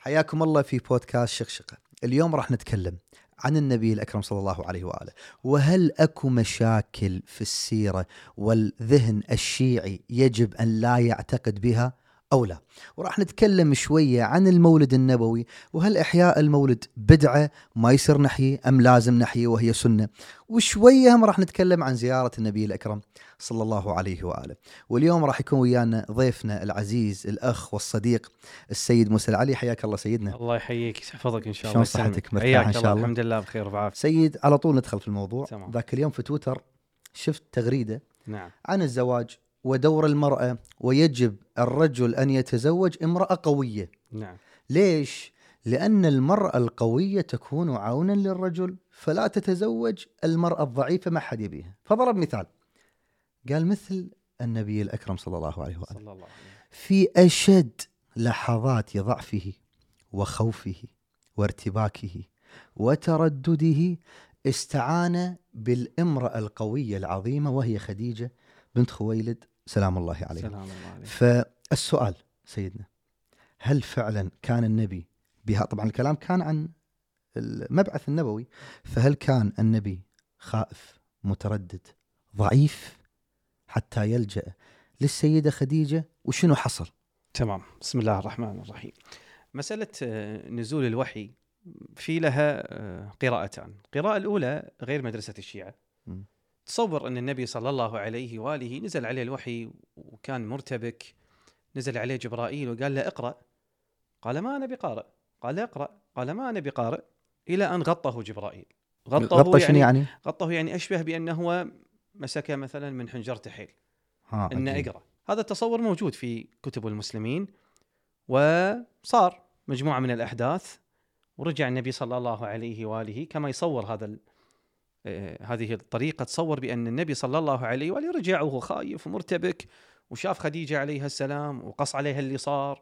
حياكم الله في بودكاست شقشقة. اليوم راح نتكلم عن النبي الأكرم صلى الله عليه وآله، وهل أكو مشاكل في السيرة والذهن الشيعي يجب أن لا يعتقد بها أو لا. وراح نتكلم شوية عن المولد النبوي، وهل إحياء المولد بدعة ما يصير نحيي أم لازم نحيي وهي سنة، وشوية هم راح نتكلم عن زيارة النبي الأكرم صلى الله عليه وآله. واليوم راح يكون ويانا ضيفنا العزيز الأخ والصديق السيد موسى العلي. حياك الله سيدنا. الله يحييك يحفظك ان شاء شلون الله. صحتك؟ مرتاح حياك إن شاء الله. الله. الحمد لله بخير وبعافيه. سيد، على طول ندخل في الموضوع. تمام. ذاك اليوم في تويتر شفت تغريدة نعم. عن الزواج ودور المرأة، ويجب الرجل أن يتزوج امرأة قوية. نعم. ليش؟ لأن المرأة القوية تكون عونا للرجل، فلا تتزوج المرأة الضعيفة ما حد يبيها. فضرب مثال، قال مثل النبي الأكرم صلى الله عليه وآله صلى الله عليه وسلم في أشد لحظات ضعفه وخوفه وارتباكه وتردده استعان بالامرأة القوية العظيمة وهي خديجة بنت خويلد سلام الله عليها. سلام الله عليه. فالسؤال سيدنا، هل فعلا كان النبي بها؟ طبعا الكلام كان عن المبعث النبوي، فهل كان النبي خائف متردد ضعيف حتى يلجأ للسيدة خديجة؟ وشنو حصل؟ تمام. بسم الله الرحمن الرحيم. مسألة نزول الوحي في لها قراءتان. القراءة الأولى غير مدرسة الشيعة. تصور أن النبي صلى الله عليه وآله نزل عليه الوحي وكان مرتبك، نزل عليه جبرائيل وقال له اقرأ، قال ما أنا بقارئ، قال اقرأ، قال ما أنا بقارئ، إلى أن غطه جبرائيل. غطى شنو يعني؟ غطه يعني أشبه بأنه هو مسك مثلا من حنجرة حيل إن اقرأ. هذا التصور موجود في كتب المسلمين، وصار مجموعة من الأحداث ورجع النبي صلى الله عليه وآله كما يصور هذه الطريقة. تصور بأن النبي صلى الله عليه وآله رجع وهو خايف ومرتبك، وشاف خديجة عليها السلام وقص عليها اللي صار،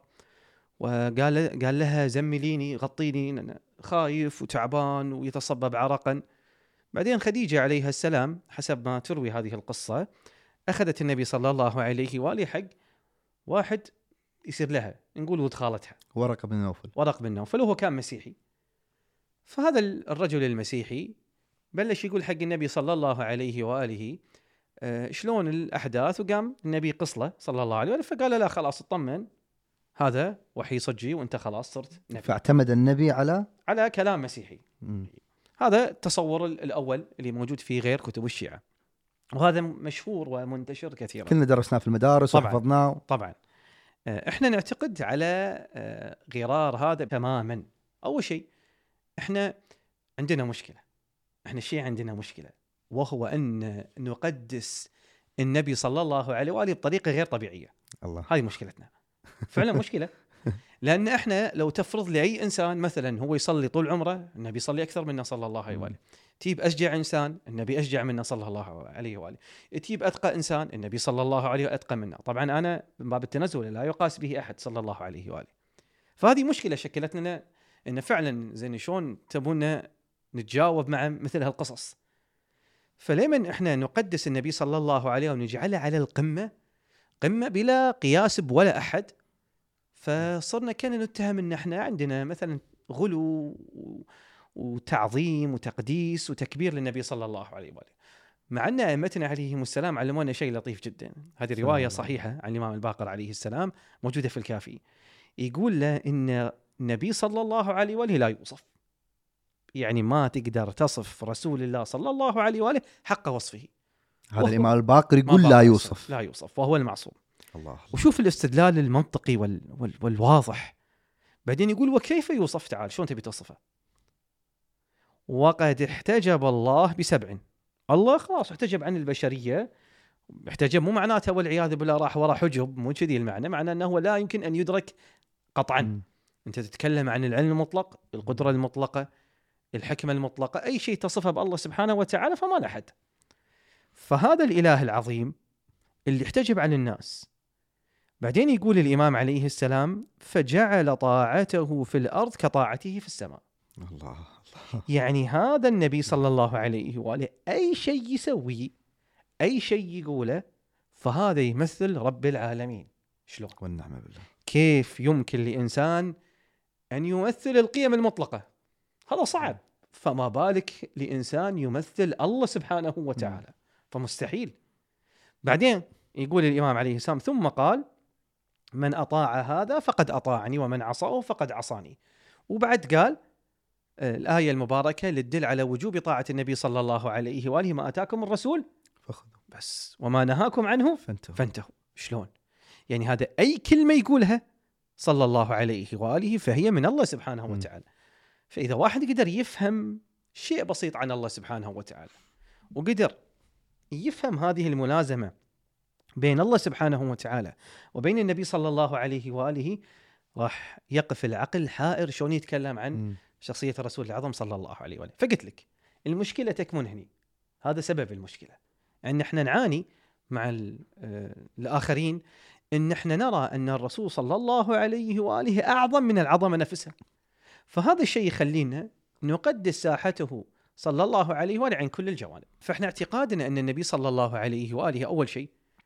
وقال لها زمليني غطيني، أنا خايف وتعبان ويتصبب عرقا. بعدين خديجة عليها السلام حسب ما تروي هذه القصة أخذت النبي صلى الله عليه وآله حق واحد يصير لها، نقول ولد خالتها، ورقة بن نوفل، وهو كان مسيحي. فهذا الرجل المسيحي بلش يقول حق النبي صلى الله عليه وآله شلون الأحداث، وقام النبي قصله صلى الله عليه وآله، فقال لا خلاص اطمن، هذا وحي صجي وانت خلاص صرت نبي. فاعتمد النبي على كلام مسيحي. هذا التصور الأول اللي موجود في غير كتب الشيعة، وهذا مشهور ومنتشر كثيرا، كلنا درسناه في المدارس وحفظناه. طبعا احنا نعتقد على غرار هذا تماما. أول شيء احنا عندنا مشكلة، احنا الشيعة عندنا مشكلة، وهو أن نقدس النبي صلى الله عليه وآله بطريقة غير طبيعية. الله. هذه مشكلتنا فعلا مشكلة. لأن احنا لو تفرض لأي إنسان مثلا هو يصلي طول عمره، النبي يصلي أكثر منا صلى الله عليه وآله. تجيب أشجع إنسان، النبي أشجع منا صلى الله عليه وآله. تجيب أتقى إنسان، النبي صلى الله عليه وآله أتقى منا. طبعا أنا من باب التنزل لا يقاس به أحد صلى الله عليه وآله. فهذه مشكلة شكلت لنا إن فعلا زين شلون تبونا نتجاوب مع مثل هالقصص. فلمن احنا نقدس النبي صلى الله عليه ونجعله على القمة، قمة بلا قياس بولا أحد، فصرنا كنا نتهم ان احنا عندنا مثلا غلو وتعظيم وتقديس وتكبير للنبي صلى الله عليه وآله. مع ان ائمتنا عليهم السلام علمونا شيء لطيف جدا. هذه رواية صحيحة عن الإمام الباقر عليه السلام موجودة في الكافي، يقول له ان النبي صلى الله عليه وآله لا يوصف، يعني ما تقدر تصف رسول الله صلى الله عليه وآله حق وصفه. هذا الإمام الباقر يقول لا يوصف وهو المعصوم. الله. وشوف الاستدلال المنطقي والواضح. بعدين يقول وكيف يوصف؟ تعال شلون تبي تصفه؟ وقد احتجب الله ب7. الله خلاص احتجب عن البشرية. احتجب مو معناته والعياذ بالله راح ورا حجب، مو كذي المعنى، معناه أنه لا يمكن أن يدرك قطعا. أنت تتكلم عن العلم المطلق، القدرة المطلقة، الحكمة المطلقة، أي شيء تصفه بالله سبحانه وتعالى فما لأحد. فهذا الإله العظيم اللي احتجب عن الناس. بعدين يقول الإمام عليه السلام فجعل طاعته في الأرض كطاعته في السماء. الله. يعني هذا النبي صلى الله عليه وآله أي شيء يسوي، أي شيء يقوله، فهذا يمثل رب العالمين. شلون؟ والنعم بالله. كيف يمكن لإنسان أن يمثل القيم المطلقة، هذا صعب، فما بالك لإنسان يمثل الله سبحانه وتعالى، فمستحيل. بعدين يقول الإمام عليه السلام ثم قال من أطاع هذا فقد أطاعني ومن عصاه فقد عصاني. وبعد قال الآية المباركة اللي تدل على وجوب طاعة النبي صلى الله عليه وآله ما أتاكم الرسول فخذوا بس وما نهاكم عنه فانتهوا. فانتهوا. شلون؟ يعني هذا أي كلمة يقولها صلى الله عليه وآله فهي من الله سبحانه وتعالى. فإذا واحد قدر يفهم شيء بسيط عن الله سبحانه وتعالى وقدر يفهم هذه الملازمة بين الله سبحانه وتعالى وبين النبي صلى الله عليه وآله، راح يقف العقل حائر شلون يتكلم عن شخصية الرسول العظيم صلى الله عليه وآله. فقلت لك المشكلة تكمن هني، هذا سبب المشكلة، أن احنا نعاني مع الآخرين أن احنا نرى أن الرسول صلى الله عليه وآله أعظم من العظمة نفسها. فهذا الشيء يخلينا نقدس ساحته صلى الله عليه وآله عن كل الجوانب. فاحنا اعتقادنا أن النبي صلى الله عليه وآله أول شيء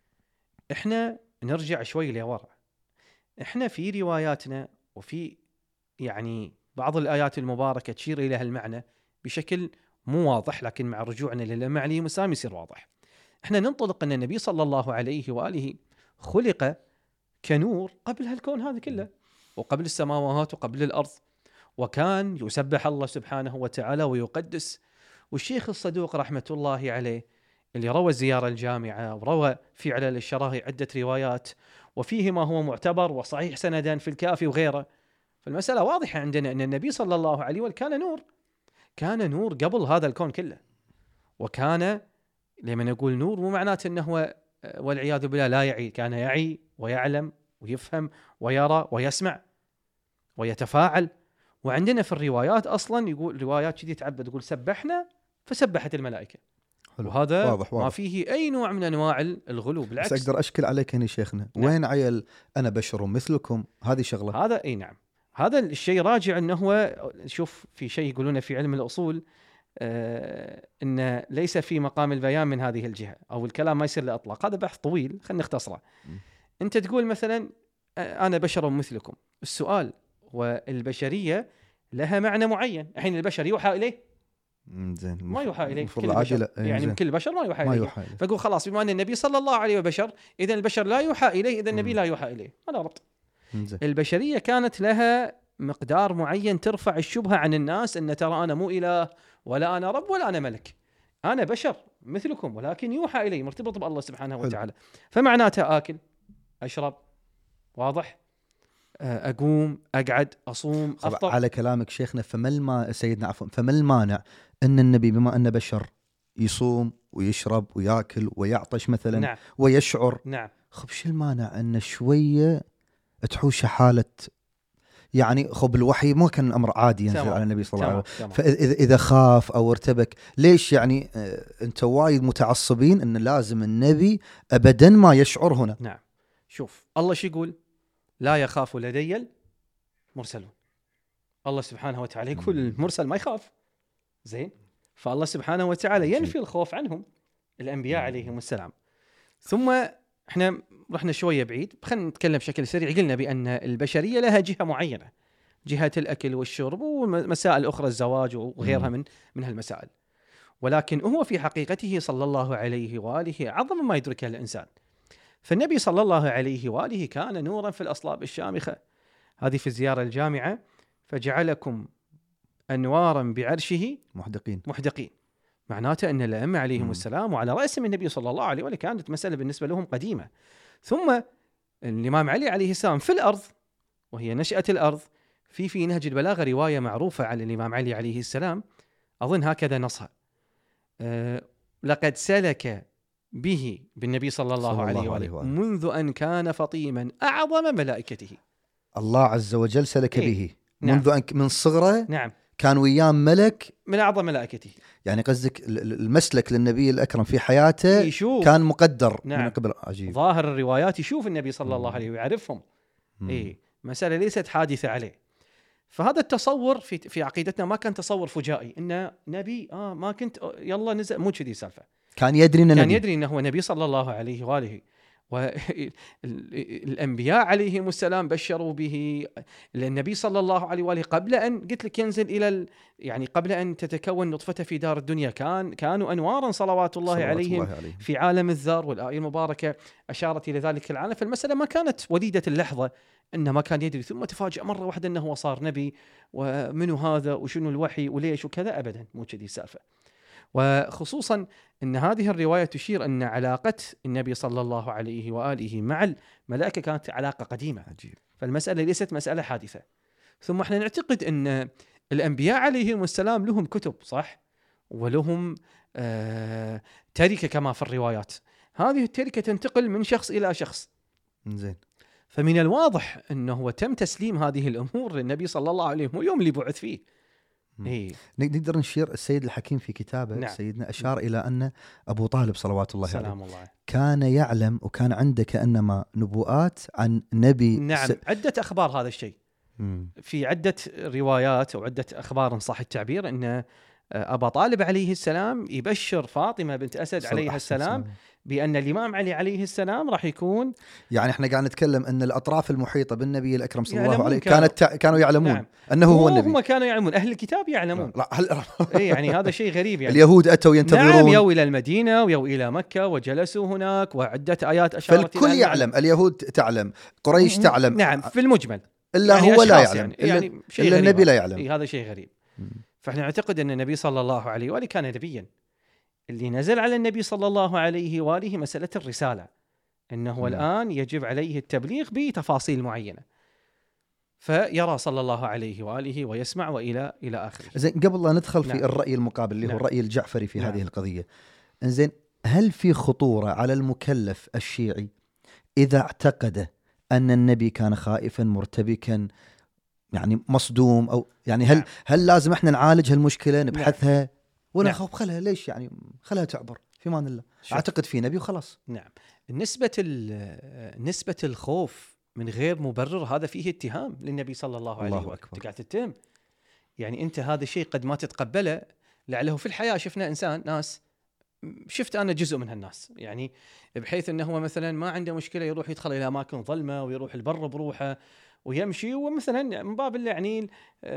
احنا نرجع شوي لورا. احنا في رواياتنا وفي يعني بعض الآيات المباركة تشير إلى هالمعنى بشكل مو واضح، لكن مع رجوعنا للأئمة عليهم السلام يصير واضح. احنا ننطلق أن النبي صلى الله عليه وآله خلق كنور قبل هالكون هذا كله، وقبل السماوات وقبل الأرض، وكان يسبح الله سبحانه وتعالى ويقدس. والشيخ الصدوق رحمة الله عليه اللي روى الزيارة الجامعة وروى في علل الشراهي عدة روايات وفيه ما هو معتبر وصحيح سندا في الكافي وغيره، فالمسألة واضحة عندنا أن النبي صلى الله عليه وسلم كان نور، كان نور قبل هذا الكون كله. وكان لما نقول نور مو معناته أنه والعياذ بالله لا يعي، كان يعي ويعلم ويفهم ويرى ويسمع ويتفاعل. وعندنا في الروايات أصلا يقول روايات كذي تعبد تقول سبحنا فسبحت الملائكة. حلو. وهذا واضح. ما فيه أي نوع من أنواع الغلو، بالعكس. بس أقدر أشكل عليك هنا شيخنا. نعم. وين عيل أنا بشر مثلكم؟ هذه شغلة. هذا أي نعم، هذا الشيء راجع أنه هو شوف في شيء يقولونه في علم الأصول أن ليس في مقام البيان من هذه الجهة، أو الكلام ما يصير لأطلاق. هذا بحث طويل خلينا نختصره. أنت تقول مثلا أنا بشر مثلكم، السؤال والبشرية لها معنى معين. الحين البشر يوحى إليه؟ زين. ما يوحى إليه كل العادي البشر. لا. يعني كل البشر ما يوحى إليه. إليه. فأقول خلاص بما أن النبي صلى الله عليه وبشر إذا البشر لا يوحى إليه إذا النبي لا يوحى إليه، هذا ربط. البشرية كانت لها مقدار معين ترفع الشبهة عن الناس أن ترى أنا مو إله ولا أنا رب ولا أنا ملك، أنا بشر مثلكم ولكن يوحى إلي، مرتبط بالله سبحانه وتعالى. فمعناته آكل أشرب، واضح، أقوم أقعد أصوم أفطر. على كلامك شيخنا سيدنا عفوا، فما المانع أن النبي بما أنه بشر يصوم ويشرب ويأكل ويعطش مثلا؟ نعم. ويشعر. نعم. خب شو المانع أن شوية تحوش حالة يعني خب الوحي ما كان أمر عادي ينزل على النبي صلى الله عليه وسلم، فإذا خاف أو ارتبك ليش يعني أنت وايد متعصبين أن لازم النبي أبدا ما يشعر هنا؟ نعم. شوف الله شو يقول؟ لا يخاف لدي المرسلون. الله سبحانه وتعالى يقول المرسل ما يخاف. زين، فالله سبحانه وتعالى ينفي الخوف عنهم الأنبياء عليهم السلام. ثم احنا رحنا شوية بعيد، خلينا نتكلم بشكل سريع. قلنا بأن البشرية لها جهة معينة، جهة الأكل والشرب ومسائل أخرى الزواج وغيرها من هالمسائل، ولكن هو في حقيقته صلى الله عليه وآله عظم ما يدركه الإنسان. فالنبي صلى الله عليه وآله كان نورا في الأصلاب الشامخة، هذه في الزيارة الجامعة، فجعلكم أنوارا بعرشه محدقين. معناته أن الأئمة عليهم السلام وعلى رأسهم النبي صلى الله عليه وآله كانت مسألة بالنسبة لهم قديمة. ثم الإمام علي عليه السلام في الأرض، وهي نشأة الأرض، في نهج البلاغة رواية معروفة على الإمام علي عليه السلام، أظن هكذا نصها: لقد سلك به بالنبي صلى الله عليه وآله منذ أن كان فطيما أعظم ملائكته. الله عز وجل سلك به نعم. منذ أن من صغره. نعم. كان وياه ملك من أعظم ملائكته. يعني قصدك المسلك للنبي الأكرم في حياته يشوف. كان مقدر. نعم. من قبل. عجيب. ظاهر الروايات يشوف النبي صلى الله عليه ويعرفهم. مسألة ليست حادثة عليه. فهذا التصور في عقيدتنا ما كان تصور فجائي إنه نبي ما كنت يلا نزل، مو كذي سالفة. كان يدري إنه هو نبي صلى الله عليه وآله، والأنبياء عليهم السلام بشروا به. النبي صلى الله عليه وآله قبل أن قلت لك ينزل إلى يعني قبل أن تتكون نطفته في دار الدنيا كانوا أنوارا صلوات الله عليهم في عالم الذر، والآية المباركة أشارت إلى ذلك العالم. فالمسألة ما كانت وليدة اللحظة، إنه ما كان يدري ثم تفاجأ مرة واحدة أنه هو صار نبي، ومنو هذا وشنو الوحي وليش وكذا، أبدا مو كذي السالفة. وخصوصا أن هذه الرواية تشير أن علاقة النبي صلى الله عليه وآله مع الملائكة كانت علاقة قديمة. عجيب. فالمسألة ليست مسألة حادثة. ثم احنا نعتقد أن الأنبياء عليهم السلام لهم كتب صح، ولهم تركة كما في الروايات. هذه التركة تنتقل من شخص إلى شخص. زين. فمن الواضح أنه تم تسليم هذه الأمور للنبي صلى الله عليه وسلم اليوم اللي بعث فيه. إيه؟ نقدر نشير السيد الحكيم في كتابه نعم. سيدنا أشار إلى أن أبو طالب صلوات الله عليه كان يعلم وكان عنده كأنما نبوءات عن نبي. نعم عدة أخبار هذا الشيء. في عدة روايات أو عدة أخبار إن صح التعبير أن أبا طالب عليه السلام يبشر فاطمة بنت أسد عليها السلام بأن الإمام علي عليه السلام راح يكون. يعني احنا قاعد نتكلم أن الأطراف المحيطة بالنبي الأكرم صلى الله عليه كانوا يعلمون نعم. أنه هو النبي. هم كانوا يعلمون، أهل الكتاب يعلمون. يعني هذا شيء غريب. يعني اليهود أتوا ينتظرون. نعم يو إلى المدينة ويو إلى مكة وجلسوا هناك، وعدة آيات أشارت. فالكل يعلم، اليهود تعلم، قريش تعلم. نعم في المجمل. إلا يعني هو لا يعلم. يعني إلا النبي لا يعلم. هذا شيء غريب. فإحنا نعتقد أن النبي صلى الله عليه وآله كان نبيا. اللي نزل على النبي صلى الله عليه وآله مسألة الرسالة، إنه الآن يجب عليه التبليغ بتفاصيل معينة، فيرى صلى الله عليه وآله ويسمع وإلى آخره. زين قبل لا ندخل في الرأي المقابل اللي هو الرأي الجعفري في هذه القضية، زين هل في خطورة على المكلف الشيعي إذا اعتقد أن النبي كان خائفا مرتبكا يعني مصدوم، أو يعني هل لازم احنا نعالج هالمشكلة نبحثها ولا خلها ليش يعني خلها تعبر في مان الله، اعتقد في نبي وخلاص. نعم نسبة الخوف من غير مبرر هذا فيه اتهام للنبي صلى الله عليه وسلم. انت قاعد تتهم، يعني انت هذا الشيء قد ما تتقبله، لعله في الحياة شفنا ناس شفت انا جزء من هالناس، يعني بحيث انه هو مثلا ما عنده مشكلة يروح يدخل الى اماكن ظلمة ويروح البر بروحه ويمشي، ومثلا من باب يعني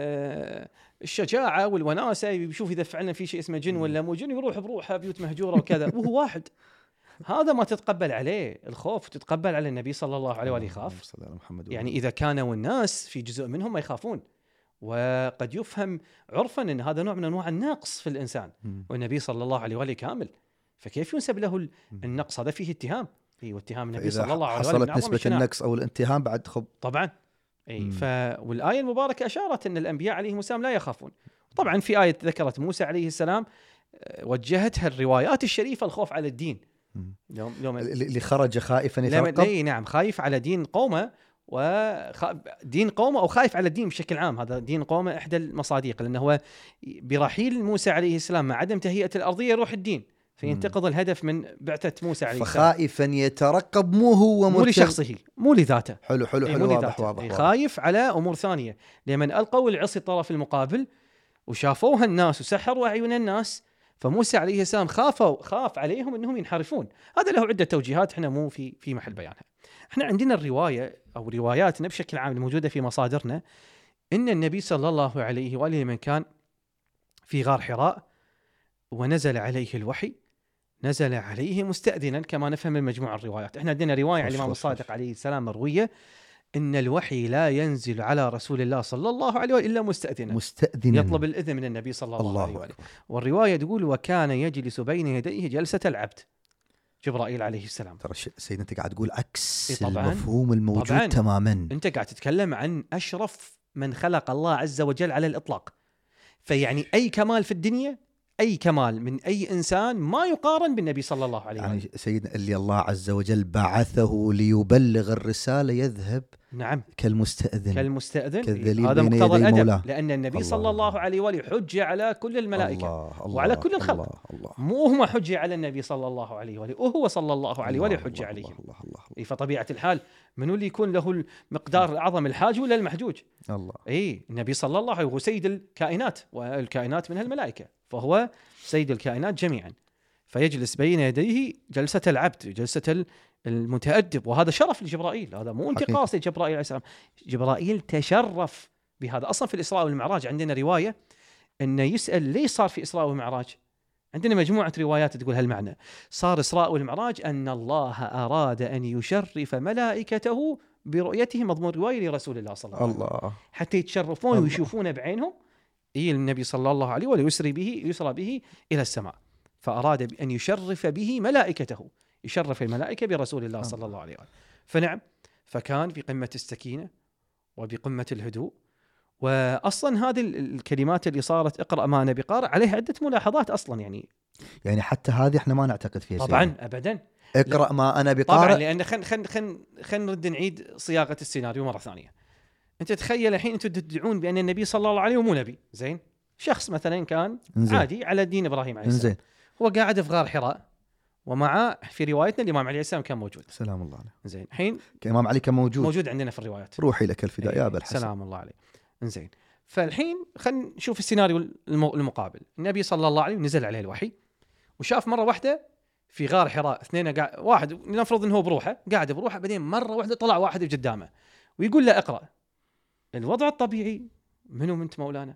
الشجاعة والوناسة يشوف إذا فعلا في شيء اسمه جن ولا مو جن، يروح بروحه بيوت مهجورة وكذا وهو واحد. هذا ما تتقبل عليه الخوف، تتقبل على النبي صلى الله عليه وآله يخاف. يعني إذا كانوا الناس في جزء منهم ما يخافون، وقد يفهم عرفا أن هذا نوع من أنواع النقص في الإنسان، والنبي صلى الله عليه وآله كامل، فكيف ينسب له النقص؟ هذا فيه اتهام، واتهام النبي صلى الله عليه وآله. حصلت نسبة النقص أو الاتهام بعد خب طبعا. والآية المباركة أشارت أن الأنبياء عليهم السلام لا يخافون. طبعا في آية ذكرت موسى عليه السلام وجهتها الروايات الشريفة الخوف على الدين، اللي خرج خائفا يترقب. نعم خايف على دين قومه، دين قومه أو خايف على الدين بشكل عام. هذا دين قومه إحدى المصادق، لأنه هو برحيل موسى عليه السلام مع عدم تهيئة الأرضية يروح الدين، فينتقض الهدف من بعثة موسى عليه السلام. فخائفا يترقب مو لشخصه، مو لذاته. حلو واضح. خايف على أمور ثانية، لمن ألقوا العصي الطرف المقابل وشافوها الناس وسحروا أعين الناس، فموسى عليه السلام خاف عليهم أنهم ينحرفون. هذا له عدة توجيهات احنا مو في محل بيانها. احنا عندنا الرواية أو رواياتنا بشكل عام الموجودة في مصادرنا إن النبي صلى الله عليه وآله من كان في غار حراء ونزل عليه الوحي، نزل عليه مستأذنا كما نفهم من مجموع الروايات. احنا عندنا رواية عن الإمام الصادق عليه السلام مروية إن الوحي لا ينزل على رسول الله صلى الله عليه وآله إلا مستأذنا يطلب الإذن من النبي صلى الله عليه وآله. والرواية تقول وكان يجلس بين يديه جلسة العبد، جبرائيل عليه السلام. ترى سيدنا انت قاعد تقول عكس المفهوم الموجود طبعاً. تماما انت قاعد تتكلم عن أشرف من خلق الله عز وجل على الإطلاق، فيعني أي كمال في الدنيا، أي كمال من أي إنسان ما يقارن بالنبي صلى الله عليه وسلم. يعني سيدنا اللي الله عز وجل بعثه ليبلغ الرسالة يذهب نعم كالمستأذن كالذليل هذا مقتضى الأدب، لأن النبي صلى الله عليه وآله حجة على كل الملائكة وعلى كل الخلق. مو هو حجة على النبي صلى الله عليه وآله، وهو صلى الله عليه وآله حجة عليهم. فطبيعة الحال منو اللي يكون له المقدار الأعظم، الحاج ولا المحجوج؟ الله. النبي صلى الله عليه وهو سيد الكائنات، والكائنات منها الملائكة، فهو سيد الكائنات جميعا. فيجلس بين يديه جلسة العبد، جلسة المتأدب، وهذا شرف لجبرائيل، هذا مو انتقاص لجبرائيل عليه السلام. جبرائيل تشرف بهذا. أصلا في الإسراء والمعراج عندنا رواية أنه يسأل ليش صار في إسراء والمعراج. عندنا مجموعة روايات تقول هالمعنى. صار إسراء والمعراج أن الله أراد أن يشرف ملائكته برؤيته، مضمون رواية لرسول الله صلى الله عليه وسلم، حتى يتشرفون ويشوفون بعينهم النبي صلى الله عليه وسلم يسرى به إلى السماء، فأراد أن يشرف به ملائكته، يشرف الملائكة برسول الله صلى الله عليه وسلم. فنعم، فكان في قمة السكينة وبقمة الهدوء. وأصلا هذه الكلمات اللي صارت اقرأ ما أنا بقارئ عليها عدة ملاحظات أصلا، يعني حتى هذه احنا ما نعتقد فيها طبعا سيدي. أبدا اقرأ ما أنا بقارئ طبعا، لأن خن نرد نعيد صياغة السيناريو مرة ثانية. أنت تخيل الحين أنتم تدعون بأن النبي صلى الله عليه وسلم مو نبي، زين؟ شخص مثلا كان عادي على دين إبراهيم عليه السلام، هو قاعد في غار حراء ومعه في روايتنا الإمام علي عليه السلام كان موجود، سلام الله عليه. زين، الحين الإمام علي كان موجود عندنا في الروايات، روحي لك الفداء يا أبا الحسن، سلام الله عليه. زين، فالحين خلينا نشوف السيناريو المقابل. النبي صلى الله عليه وسلم نزل عليه الوحي وشاف مرة واحدة في غار حراء اثنين واحد نفرض انه هو بروحه قاعد بروحه، بعدين مرة واحدة طلع واحد قدامه ويقول له اقرأ. الوضع الطبيعي منو انت مولانا؟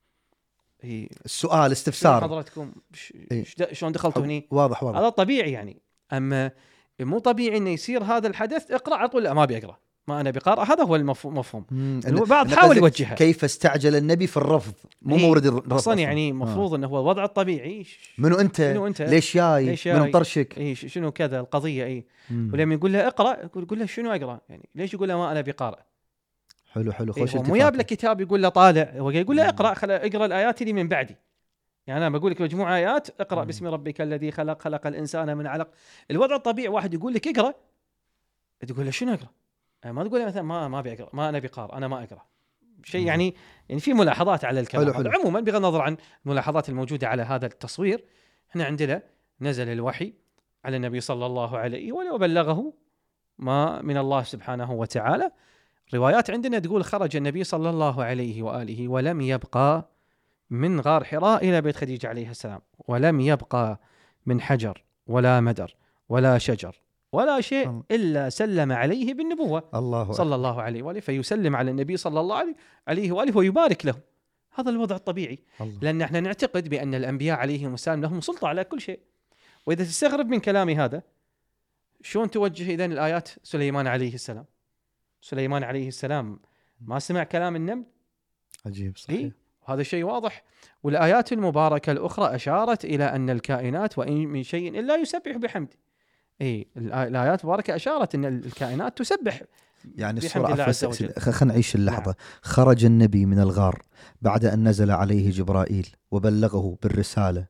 السؤال استفسار حضرتكم شلون دخلتوا هني؟ واضح هذا طبيعي يعني. اما مو طبيعي انه يصير هذا الحدث اقرأ على طول، لا ما بيقرأ ما أنا بقارئ. هذا هو المفهوم. بعض حاول يوجهها كيف استعجل النبي في الرفض، مو مورد الرفض أصلا، يعني مفروض أنه هو الوضع الطبيعي. منو أنت؟ ليش جاي؟ منو مطرشك؟ شنو كذا القضية؟ ولما يقول له اقرأ يقول له شنو أقرأ؟ يعني ليش يقول له ما أنا بقارئ؟ حلو خوش مو جاب له كتاب يقول له طالع، هو يقول له اقرأ الآيات اللي من بعدي. يعني أنا بقول لك مجموعة آيات، اقرأ باسم ربك الذي خلق الإنسان من علق. الوضع الطبيعي واحد يقول لك اقرأ، تقول له شنو أقرأ؟ ما تقول مثلا ما بيقرأ، ما أنا بقارئ، أنا ما أقرأ شيء. يعني في ملاحظات على الكلام. حلو. عموما بغض النظر عن الملاحظات الموجودة على هذا التصوير، احنا عندنا نزل الوحي على النبي صلى الله عليه وبلغه ما من الله سبحانه وتعالى. روايات عندنا تقول خرج النبي صلى الله عليه وآله ولم يبقى من غار حراء إلى بيت خديجة عليه السلام، ولم يبقى من حجر ولا مدر ولا شجر ولا شيء إلا سلم عليه بالنبوة صلى الله عليه وآله، فيسلم على النبي صلى الله عليه وآله ويبارك له. هذا الوضع الطبيعي، لأن احنا نعتقد بأن الأنبياء عليهم السلام لهم سلطة على كل شيء. وإذا تستغرب من كلامي هذا، شلون توجه إذن الآيات سليمان عليه السلام؟ سليمان عليه السلام ما سمع كلام النمل؟ عجيب، صحيح. هذا شيء واضح. والآيات المباركة الأخرى أشارت إلى أن الكائنات وإن من شيء إلا يسبح بحمده. الآيات المباركة أشارت أن الكائنات تسبح يعني بحمد الله عز وجل. خلينا نعيش اللحظة. خرج النبي من الغار بعد أن نزل عليه جبرائيل وبلغه بالرسالة،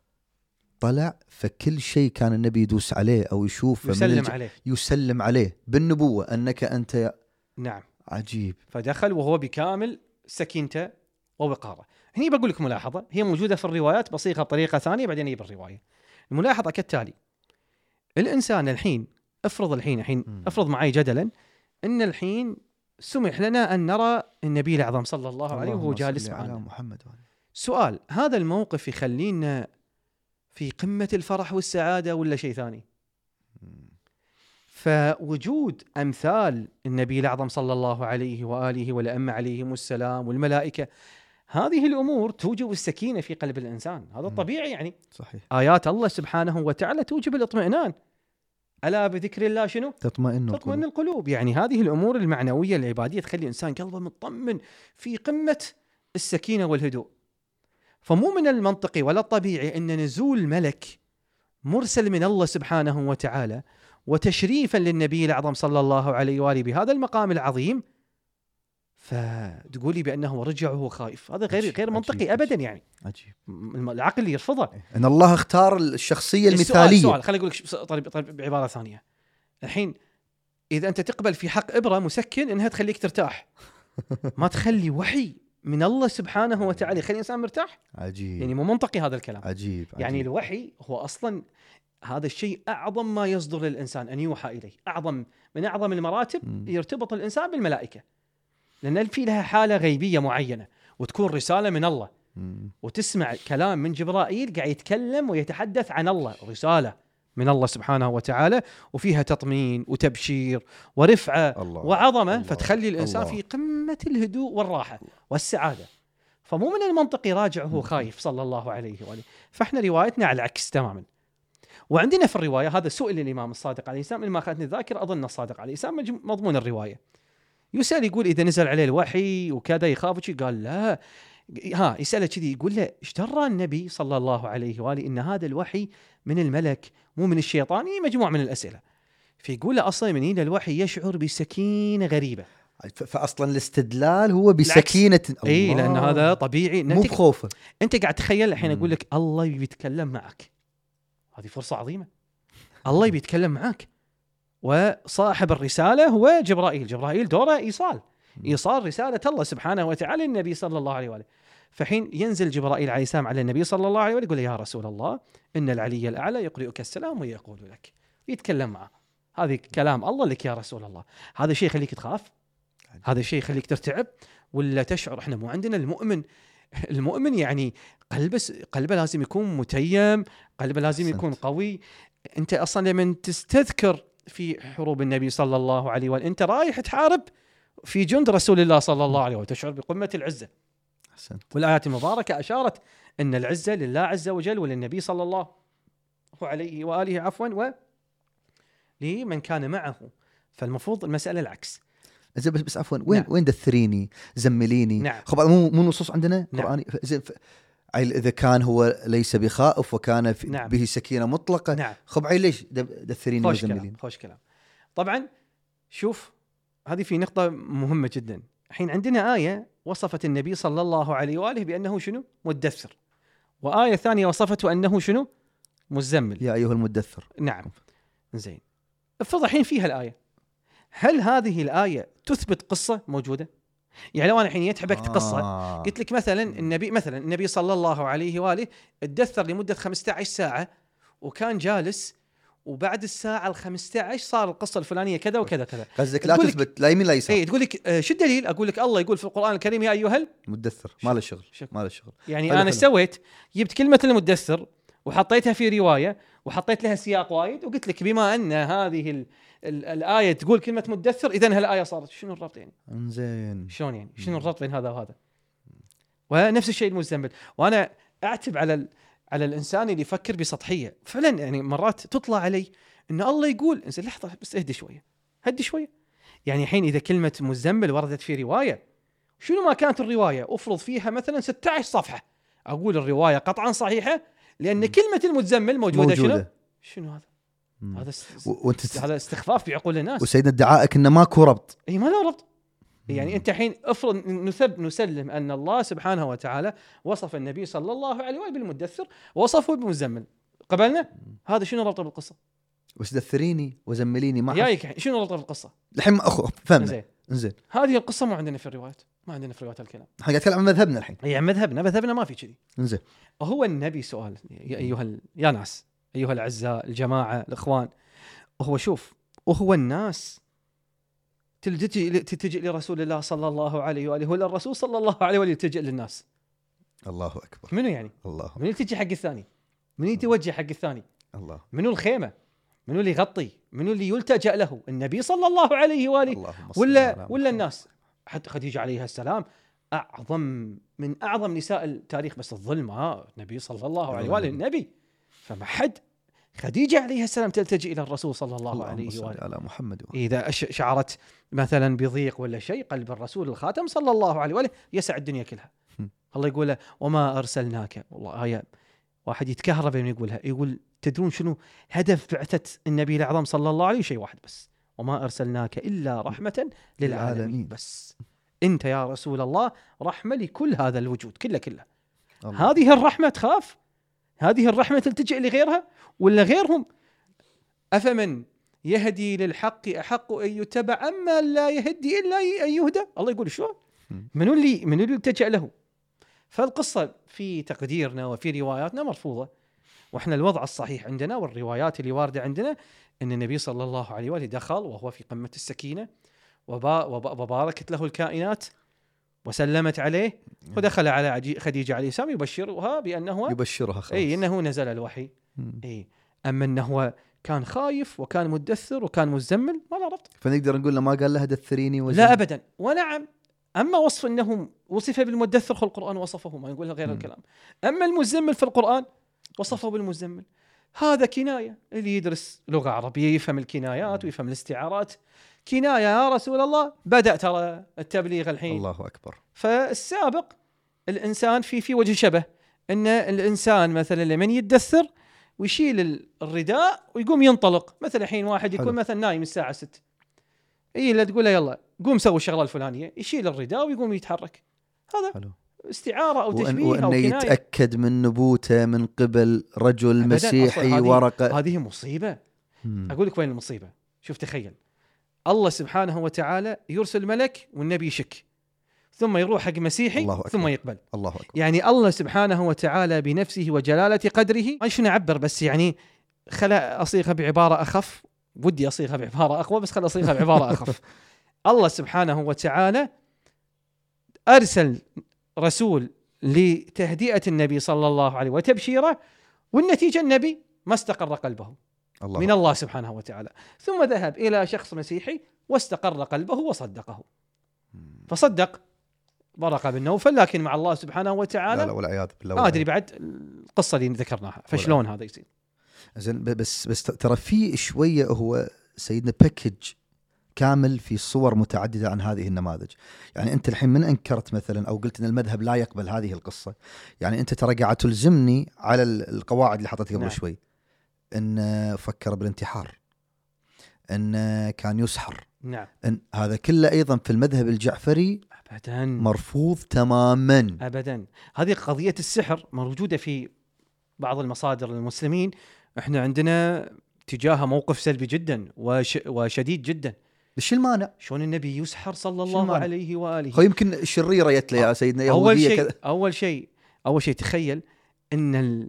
طلع فكل شيء كان النبي يدوس عليه أو يشوفه يسلم عليه بالنبوة أنك أنت. نعم، عجيب. فدخل وهو بكامل سكينته ووقاره. هني بقول لك ملاحظة هي موجودة في الروايات بصيغة بطريقة ثانية، بعدين يجي بالرواية. الملاحظة كالتالي: الإنسان الحين افرض معي جدلا أن الحين سمح لنا أن نرى النبي الأعظم صلى الله عليه وهو جالس معنا. محمد. سؤال: هذا الموقف يخلينا في قمة الفرح والسعادة ولا شيء ثاني؟ فوجود أمثال النبي الأعظم صلى الله عليه وآله والأئمة عليهم السلام والملائكة، هذه الأمور توجب السكينة في قلب الإنسان. هذا طبيعي يعني. صحيح. آيات الله سبحانه وتعالى توجب الاطمئنان. ألا بذكر الله شنو؟ تطمئن القلوب. يعني هذه الأمور المعنوية العبادية تخلي الإنسان قلبه مطمن في قمة السكينة والهدوء. فمو من المنطقي ولا الطبيعي أن نزول ملك مرسل من الله سبحانه وتعالى وتشريفا للنبي الأعظم صلى الله عليه وآله بهذا المقام العظيم، فتقولي بأنه رجع وهو خائف. هذا غير منطقي أبدا. يعني عجيب. العقل يرفضه. أن الله اختار الشخصية المثالية. السؤال خليني أقول لك طيب بعبارة ثانية. الحين إذا أنت تقبل في حق إبرة مسكن إنها تخليك ترتاح، ما تخلي وحي من الله سبحانه وتعالى يخلي الإنسان مرتاح. عجيب. يعني مو منطقي هذا الكلام. عجيب. يعني الوحي هو أصلا هذا الشيء أعظم ما يصدر للإنسان أن يوحى إليه، من أعظم المراتب يرتبط الإنسان بالملائكة، لأن في لها حالة غيبية معينة وتكون رسالة من الله، وتسمع كلام من جبرائيل قاعد يتكلم ويتحدث عن الله، رسالة من الله سبحانه وتعالى، وفيها تطمين وتبشير ورفعة وعظمة، فتخلي الإنسان في قمة الهدوء والراحة والسعادة. فمو من المنطق يراجع وهو خايف صلى الله عليه وآله. فإحنا روايتنا على العكس تماما. وعندنا في الرواية هذا سئل الإمام الصادق عليه السلام، لما أخذتني الذاكرة أظن الصادق عليه السلام مضمون الرواية، يسأل يقول إذا نزل عليه الوحي وكذا يخاف شيء، قال لا، يسأله كذي يقول له ايش درى النبي صلى الله عليه وآله إن هذا الوحي من الملك مو من الشيطان؟ مجموعة من الأسئلة. فيقول له أصلا من هنا الوحي يشعر بسكينة غريبة. فأصلا الاستدلال هو بسكينة. اي لأن هذا طبيعي، مو بخوفه. أنت قاعد تخيل الحين أقول لك الله بيتكلم معك، هذه فرصة عظيمة. الله بيتكلم معك، وصاحب الرسالة هو جبرائيل. جبرائيل دوره إيصال رسالة الله سبحانه وتعالى للنبي صلى الله عليه وآله. فحين ينزل جبرائيل عليه السلام على النبي صلى الله عليه وآله يقول يا رسول الله إن العلي الأعلى يقرئك السلام ويقول لك، يتكلم معه. هذه كلام الله لك يا رسول الله. هذا شيء يخليك تخاف؟ هذا شيء يخليك ترتعب ولا تشعر؟ احنا مو عندنا المؤمن يعني قلبه لازم يكون متيم، قلبه لازم يكون قوي. انت اصلا لما تستذكر في حروب النبي صلى الله عليه وآله انت رايح تحارب في جند رسول الله صلى الله عليه وآله، تشعر بقمة العزة. والآيات المباركة أشارت أن العزة لله عز وجل وللنبي صلى الله عليه وآله عفوا ولمن كان معه. فالمفروض المسألة العكس. بس عفوا وين دثريني زمليني؟ نعم. خب مو نصوص عندنا نعم. قرآني. إذا كان هو ليس بخائف وكان نعم. به سكينة مطلقة. نعم. خب ليش دثريني وزمليني؟ خوش كلام. طبعا شوف، هذه في نقطة مهمة جدا. الحين عندنا آية وصفت النبي صلى الله عليه وآله بأنه شنو؟ مدثر، وآية ثانية وصفته أنه شنو؟ مزمل، يا أيها المدثر. نعم. زين، افرض الحين فيها الآية، هل هذه الآية تثبت قصة موجودة؟ يعني لو أنا الحين يتحبكت قصة قلت لك مثلا النبي صلى الله عليه وآله ادثر لمدة 15 ساعة وكان جالس، وبعد الساعة 15 صار القصة الفلانية كذا وكذا كذا. قصدك لا تثبت لا يمين لا يسار. اي تقول لك شو الدليل؟ اقول لك الله يقول في القرآن الكريم يا ايها المدثر. ما له شغل. يعني انا سويت جبت كلمة المدثر وحطيتها في رواية وحطيت لها سياق وايد وقلت لك بما ان هذه الآية تقول كلمة مدثر اذا هالآية صارت. شنو الربط يعني؟ انزين شلون يعني؟ شنو الربط بين هذا وهذا؟ ونفس الشيء المزمل. وانا اعتب على الانسان اللي يفكر بسطحيه. فعلا يعني مرات تطلع علي ان الله يقول انزين لحظه بس اهدي شويه، هدي شويه. يعني الحين اذا كلمه مزمل وردت في روايه، شنو ما كانت الروايه افرض فيها مثلا 16 صفحه، اقول الروايه قطعا صحيحه لان كلمه المزمل موجوده. شنو هذا؟ هذا استخفاف بعقول الناس. وسيدنا ادعائك انه ماكو ربط. اي ما له ربط. يعني انت الحين افرض نسلم ان الله سبحانه وتعالى وصف النبي صلى الله عليه وآله بالمدثر ووصفه بالمزمل، قبلنا هذا شنو ربطه بالقصه؟ وش دثريني وزمليني ما جايك شنو ربطه بالقصه؟ الحين فهمنا. زين هذه القصه مو عندنا في الروايات، ما عندنا في روايات الكلام. احنا قاعد نتكلم عن مذهبنا الحين. اي عن مذهبنا ما في كذي. زين هو النبي سؤال يا ناس ايها الاعزاء الجماعه الاخوان، هو شوف وهو الناس تلتجئ لرسول الله صلى الله عليه وآله ولا الرسول صلى الله عليه وآله يلتجئ للناس؟ الله أكبر. منو يعني؟ الله. منو يلتجي حق الثاني؟ منو يتوجه حق الثاني؟ الله. منو الخيمة؟ منو اللي يغطي؟ منو اللي يلتجأ له؟ النبي صلى الله عليه وآله ولا الناس؟ حتى خديجة عليها السلام من أعظم نساء التاريخ، بس الظلم النبي صلى الله عليه وآله النبي، فما حد. خديجة عليها السلام تلتجئ إلى الرسول صلى الله عليه وآله على محمد. إذا شعرت مثلا بضيق ولا شيء قلب الرسول الخاتم صلى الله عليه وآله يسع الدنيا كلها. الله يقول وما أرسلناك، والله آية واحد يتكهرب من يقولها، يقول تدرون شنو هدف بعثة النبي الأعظم صلى الله عليه؟ شيء واحد بس، وما أرسلناك إلا رحمة للعالمين. بس أنت يا رسول الله رحمة لكل هذا الوجود كله. هذه الرحمة تخاف؟ هذه الرحمة تلتجئ لغيرها ولا غيرهم؟ أفمن يهدي للحق أحق أن يتبع أما لا يهدي إلا أن يهدى؟ الله يقول شو؟ من اللي يلتجئ له؟ فالقصة في تقديرنا وفي رواياتنا مرفوضة، وإحنا الوضع الصحيح عندنا والروايات اللي واردة عندنا أن النبي صلى الله عليه وآله دخل وهو في قمة السكينة وباركت له الكائنات وسلمت عليه، ودخل على خديجة عليه السلام يبشرها بأنه يبشرها خلاص. إنه نزل الوحي. اما انه هو كان خايف وكان مدثر وكان مزمل ما له ربط. فنقدر نقول له ما قال لها دثريني لا ابدا. ونعم، اما وصف انه وصف بالمدثر في القران وصفه، ما يقول غير الكلام. اما المزمل في القران وصفه بالمزمل. هذا كنايه، اللي يدرس لغه عربيه يفهم الكنايات ويفهم الاستعارات. كنايه يا رسول الله، بدأ ترى التبليغ الحين. الله اكبر. فالسابق الانسان في وجه شبه، ان الانسان مثلا لمن يدثر ويشيل الرداء ويقوم ينطلق. مثلا الحين واحد يكون مثلا نايم الساعه 6، لا تقول له يلا قوم سوي الشغله الفلانيه، يشيل الرداء ويقوم يتحرك. هذا حلو. استعاره او تشبيه وأنه او كنايه. يتاكد من نبوته من قبل رجل مسيحي ورقه. هذه مصيبه. اقول لك وين المصيبه. شوف تخيل، الله سبحانه وتعالى يرسل ملك والنبي يشك، ثم يروح حق مسيحي ثم يقبل. الله أكبر. يعني الله سبحانه وتعالى بنفسه وجلالة قدره، ما شنو نعبر، بس يعني خلا أصيغها بعبارة أخف. ودي أصيغها بعبارة أقوى بس خلا أصيغها بعبارة أخف. الله سبحانه وتعالى أرسل رسول لتهدئة النبي صلى الله عليه وتبشيره، والنتيجة النبي ما استقر قلبه من الله سبحانه وتعالى، ثم ذهب إلى شخص مسيحي واستقر قلبه وصدقه، فصدق ورقة بن نوفل، لكن مع الله سبحانه وتعالى لا والعياذ بالله. ما أدري بعد القصة اللي ذكرناها، فشلون هذا يصير؟ زين، بس ترى في شوية هو سيدنا باكج كامل في صور متعددة عن هذه النماذج. يعني أنت الحين من أنكرت مثلا أو قلت أن المذهب لا يقبل هذه القصة، يعني أنت ترى قاعد تلزمني على القواعد اللي حطيتها قبل شوي، أن فكر بالانتحار، أن كان يسحر، نعم، أن هذا كله أيضا في المذهب الجعفري أبدا مرفوض تماما. أبدا. هذه قضية السحر موجودة في بعض المصادر المسلمين، احنا عندنا تجاهها موقف سلبي جدا وشديد جدا. ايش المانع؟ شلون النبي يسحر صلى الله عليه واله؟ هو يمكن الشريره يتلى يا سيدنا يهوديه. اول شيء تخيل ان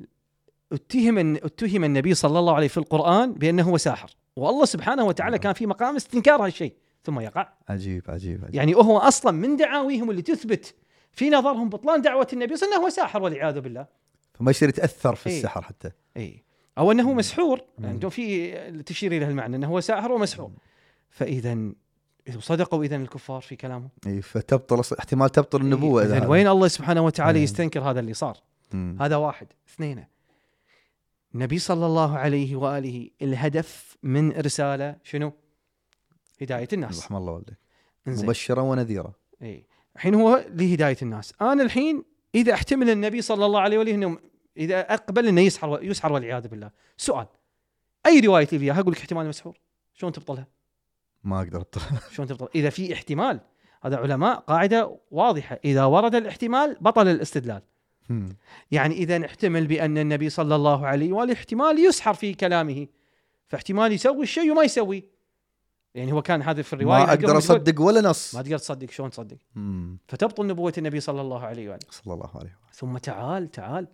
اتهم النبي صلى الله عليه في القرآن بانه هو ساحر، والله سبحانه وتعالى كان في مقام استنكار هالشيء ثم يقع. عجيب. يعني هو اصلا من دعاويهم اللي تثبت في نظرهم بطلان دعوه النبي صلى الله عليه وسلم هو ساحر والعياذ بالله، فما يصير يتاثر في السحر حتى او انه مسحور. عندهم في تشير الى المعنى انه هو ساحر ومسحور. فاذا صدقوا اذا الكفار في كلامه، فتبطل احتمال تبطل النبوه. اذا وين الله سبحانه وتعالى يستنكر هذا اللي صار؟ هذا واحد. اثنين، النبي صلى الله عليه واله الهدف من ارساله شنو؟ هدايه الناس. رحم الله والديك. مبشرا ونذيرا. الحين هو لهدايه الناس. انا الحين اذا احتمل النبي صلى الله عليه واله انه اذا اقبل انه يسحر والعياذ بالله، سؤال اي روايه اللي فيها اقول لك احتمال مسحور، شلون تبطلها؟ ما اقدر ابطلها. شلون تبطل اذا في احتمال؟ هذا علماء قاعده واضحه، اذا ورد الاحتمال بطل الاستدلال. يعني اذا نحتمل بان النبي صلى الله عليه واله احتمال يسحر في كلامه، فاحتمال يسوي الشيء وما يسوي. يعني هو كان هذا في الروايه ما اقدر اصدق ولا نص، ما تقدر تصدق، شلون تصدق؟ فتبطل نبوه النبي صلى الله عليه واله. صلى الله عليه وآله. ثم تعال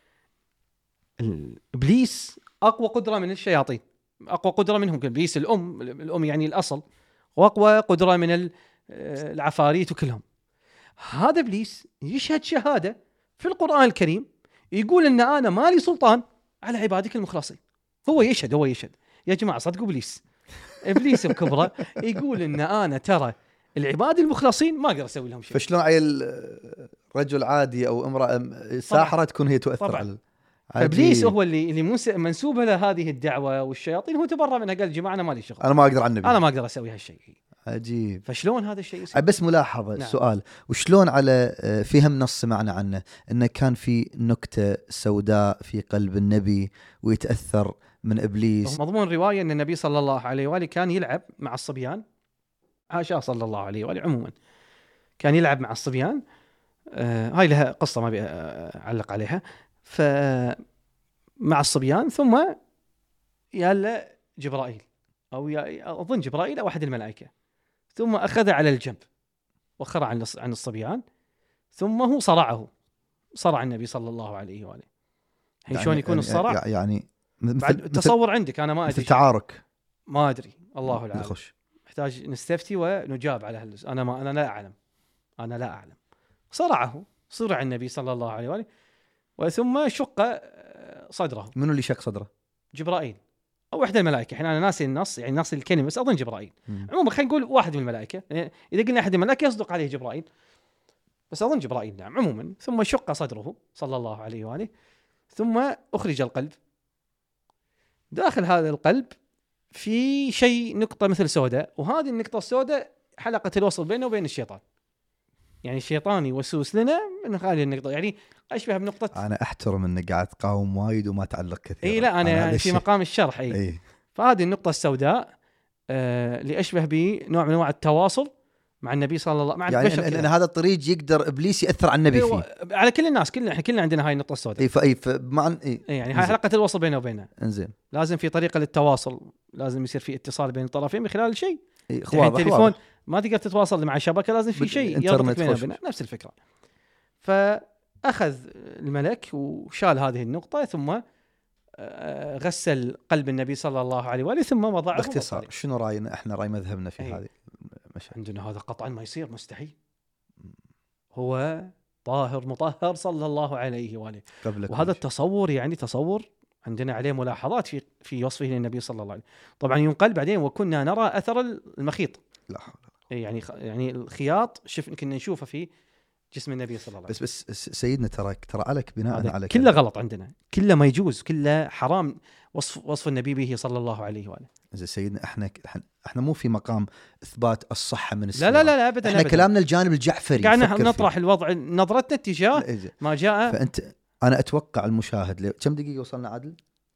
ابليس اقوى قدره من الشياطين، اقوى قدره منهم ابليس الام يعني الاصل، واقوى قدره من العفاريت وكلهم. هذا ابليس يشهد شهاده في القرآن الكريم يقول ان انا مالي سلطان على عبادك المخلصين. هو يشهد يا جماعه صدقوا ابليس الكبرى يقول ان انا ترى العباد المخلصين ما اقدر اسوي لهم شيء. فشلون عيل رجل عادي او امراه ساحره تكون هي تؤثر على ابليس؟ هو اللي منسوب له هذه الدعوه، والشياطين هو تبرأ منها، قال جماعه انا مالي شغل، انا ما اقدر عن النبي، انا ما اقدر اسوي هالشيء. عجيب. فشلون هذا الشيء يصير؟ بس ملاحظه. نعم. سؤال، وشلون على فهم نص سمعنا عنه انه كان في نكته سوداء في قلب النبي ويتاثر من ابليس؟ مضمون روايه ان النبي صلى الله عليه واله كان يلعب مع الصبيان، عاشا صلى الله عليه واله عموما كان يلعب مع الصبيان. هاي لها قصه ما ابي اعلق عليها. مع الصبيان ثم يا جبرائيل او اظن جبرائيل او احد الملائكه، ثم اخذ على الجنب وخرع عن الصبيان، ثم هو صرع النبي صلى الله عليه واله. يعني شلون يكون الصرع؟ يعني تصور عندك، انا ما ادري، تعارك ما ادري، الله العالم. نخش محتاج نستفتي ونجاب على انا لا اعلم. صرع النبي صلى الله عليه واله، وثم شق صدره. منو اللي شق صدره؟ جبرائيل او احدى الملائكه. الحين انا ناسي النص، يعني ناسي الكلمه، بس اظن جبرائيل. عموما خلينا نقول واحد من الملائكه، يعني اذا قلنا احد الملائكه يصدق عليه جبرائيل، بس اظن جبرائيل. نعم. عموما ثم شق صدره صلى الله عليه واله، ثم اخرج القلب. داخل هذا القلب في شيء، نقطه مثل سوداء، وهذه النقطه السوداء حلقه الوصل بينه وبين الشيطان. يعني الشيطان يوسوس لنا من هذه النقطه، يعني اشبه بنقطه. انا احترم انك قاعد تقاوم وايد وما تعلق كثير. اي لا، انا يعني في مقام الشرح. اي فهذه النقطه السوداء اللي اشبه بنوع من انواع التواصل مع النبي صلى الله، مع البشر. يعني إن هذا الطريق يقدر ابليس ياثر على النبي فيه على كل الناس، كلنا عندنا هاي النقطه السوداء. اي بمعنى يعني هاي حلقه الوصل بينه وبينه. انزين، لازم في طريقه للتواصل، لازم يصير في اتصال بين الطرفين من خلال شيء. التليفون ما تقدر تتواصل مع شبكه، لازم في شيء يربط بينه وبينه. نفس الفكره. فاخذ الملك وشال هذه النقطه، ثم غسل قلب النبي صلى الله عليه واله، ثم وضعه. باختصار شنو راينا احنا، راي مذهبنا في هذه المشاهد؟ عندنا هذا قطعا ما يصير، مستحيل. هو طاهر مطهر صلى الله عليه واله، وهذا التصور يعني تصور عندنا عليه ملاحظات في وصفه للنبي صلى الله عليه وسلم. طبعا ينقل بعدين وكنا نرى اثر المخيط. لا حول. يعني الخياط كنا نشوفه في جسم النبي صلى الله عليه وسلم. بس سيدنا ترى عليك بناء على كله غلط عندنا، كله ما يجوز، كله حرام وصف النبي به صلى الله عليه واله. زين سيدنا، احنا مو في مقام اثبات الصحه من السيرة. لا ابدا. احنا كلامنا الجانب الجعفري، قاعد نطرح الوضع، نظرتنا اتجاه ما جاء. انا اتوقع المشاهد كم دقيقه وصلنا عادل؟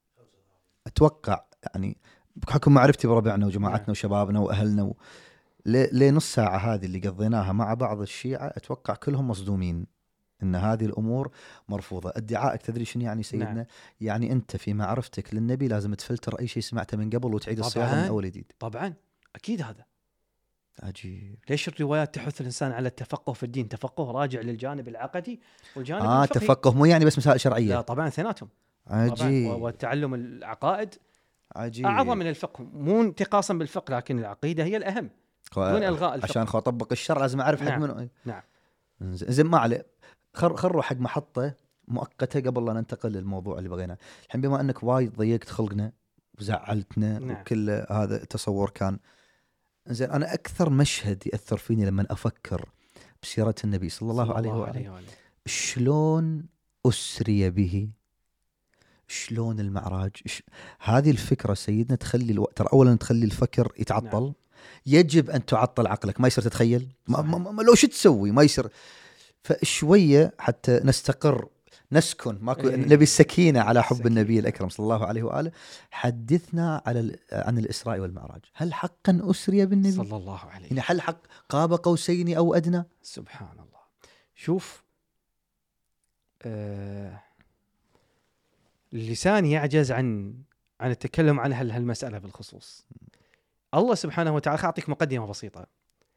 اتوقع يعني بحكم معرفتي بربعنا وجماعتنا وشبابنا واهلنا لنص ساعه هذه اللي قضيناها مع بعض الشيعة، اتوقع كلهم مصدومين ان هذه الامور مرفوضه. ادعائك تدري شنو يعني سيدنا؟ نعم. يعني انت في معرفتك للنبي لازم تفلتر اي شيء سمعته من قبل وتعيد الصياغه من اول جديد. طبعا اكيد. هذا عجيب. ليش الروايات تحث الانسان على التفقه في الدين؟ تفقه راجع للجانب العقدي والجانب الفقهي. تفقه مو يعني بس مسائل شرعيه. لا طبعا ثناتهم. عجيب. والتعلم العقائد عجيب. اعظم من الفقه، مو انتقاصا بالفقه، لكن العقيده هي الاهم دون الغاء الفقه. عشان اطبق الشرع لازم اعرف حق منه. نعم. زين ما عليه، خلوا حق محطه مؤقته قبل لا ننتقل للموضوع اللي بغيناه. الحين بما انك وايد ضيقت خلقنا وزعلتنا، نعم. وكل هذا التصور كان زين. انا اكثر مشهد ياثر فيني لما افكر بسيره النبي صلى الله عليه وآله، شلون اسري به، شلون المعراج. هذه الفكره سيدنا تخلي ترى اولا تخلي الفكر يتعطل. نعم. يجب ان تعطل عقلك، ما يصير تتخيل. ما لو شو تسوي ما يصير. فشويه حتى نستقر نسكن، ماكو نبي السكينه على حب النبي الاكرم صلى الله عليه واله. حدثنا عن الاسراء والمعراج. هل حقا اسري بالنبي صلى الله عليه؟ يعني هل حق قاب قوسين او ادنى؟ سبحان الله. شوف، اللسان يعجز عن التكلم عن هالمساله بالخصوص. الله سبحانه وتعالى، أعطيك مقدمه بسيطه.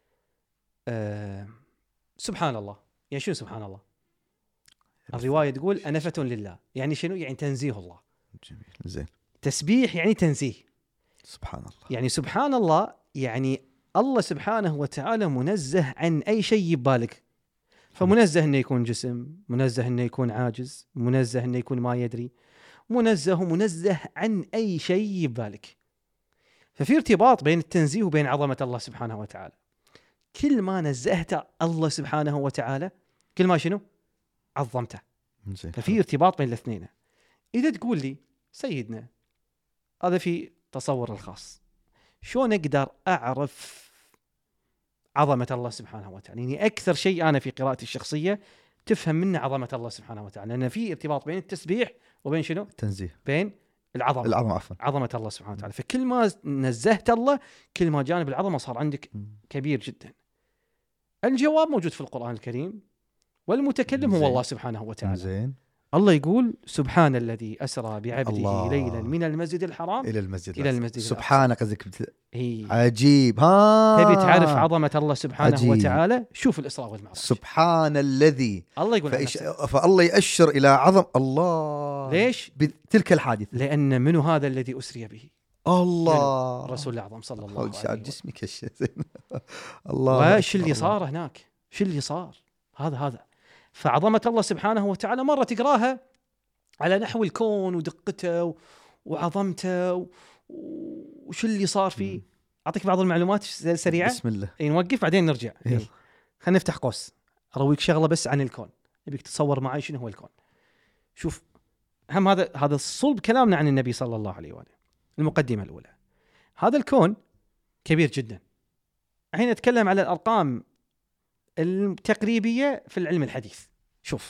سبحان الله، يعني شنو سبحان الله؟ الروايه تقول أنفة لله، يعني شنو؟ يعني تنزيه الله. جميل. زين. تسبيح يعني تنزيه. سبحان الله. يعني سبحان الله، يعني الله سبحانه وتعالى منزه عن اي شيء يبالك. فمنزه انه يكون جسم، منزه انه يكون عاجز، منزه انه يكون ما يدري، منزه عن اي شيء يبالك. ففي ارتباط بين التنزيه وبين عظمه الله سبحانه وتعالى. كل ما نزهت الله سبحانه وتعالى كل ما شنو؟ عظمته. ففي ارتباط بين الاثنين. اذا تقول لي سيدنا هذا في تصور الخاص، شلون اقدر اعرف عظمه الله سبحانه وتعالى؟ يعني اكثر شيء انا في قراءتي الشخصيه تفهم منه عظمه الله سبحانه وتعالى، لان في ارتباط بين التسبيح وبين شنو؟ التنزيه. بين العظمه عفوا، عظمه الله سبحانه وتعالى. فكل ما نزهت الله كل ما جانب العظمه صار عندك كبير جدا. الجواب موجود في القرآن الكريم، والمتكلم هو الله سبحانه وتعالى. زين. الله يقول سبحان الذي أسرى بعبده ليلا من المسجد الحرام إلى المسجد الأقصى. سبحانه قصدك إيه. عجيب. تبي تعرف عظمة الله سبحانه عجيب. وتعالى شوف الإسراء والمعراج. سبحان الذي الله يقول فالله يأشر إلى عظم الله. ليش؟ بتلك الحادثة لأن منو هذا الذي أسري به؟ الله، الرسول الأعظم صلى الله عليه وسلم. جسمي كشة. الله. وش اللي صار هناك؟ شو اللي صار؟ هذا فعظمة الله سبحانه وتعالى مرة تقراها على نحو الكون ودقته وعظمته وشو اللي صار فيه. اعطيك بعض المعلومات سريعه. بسم الله. نوقف بعدين نرجع. يلا. خلينا نفتح قوس ارويك شغله بس عن الكون، ابيك تتصور معي شنو هو الكون. شوف هم هذا صلب كلامنا عن النبي صلى الله عليه واله. المقدمه الاولى، هذا الكون كبير جدا. الحين نتكلم على الارقام التقريبيه في العلم الحديث. شوف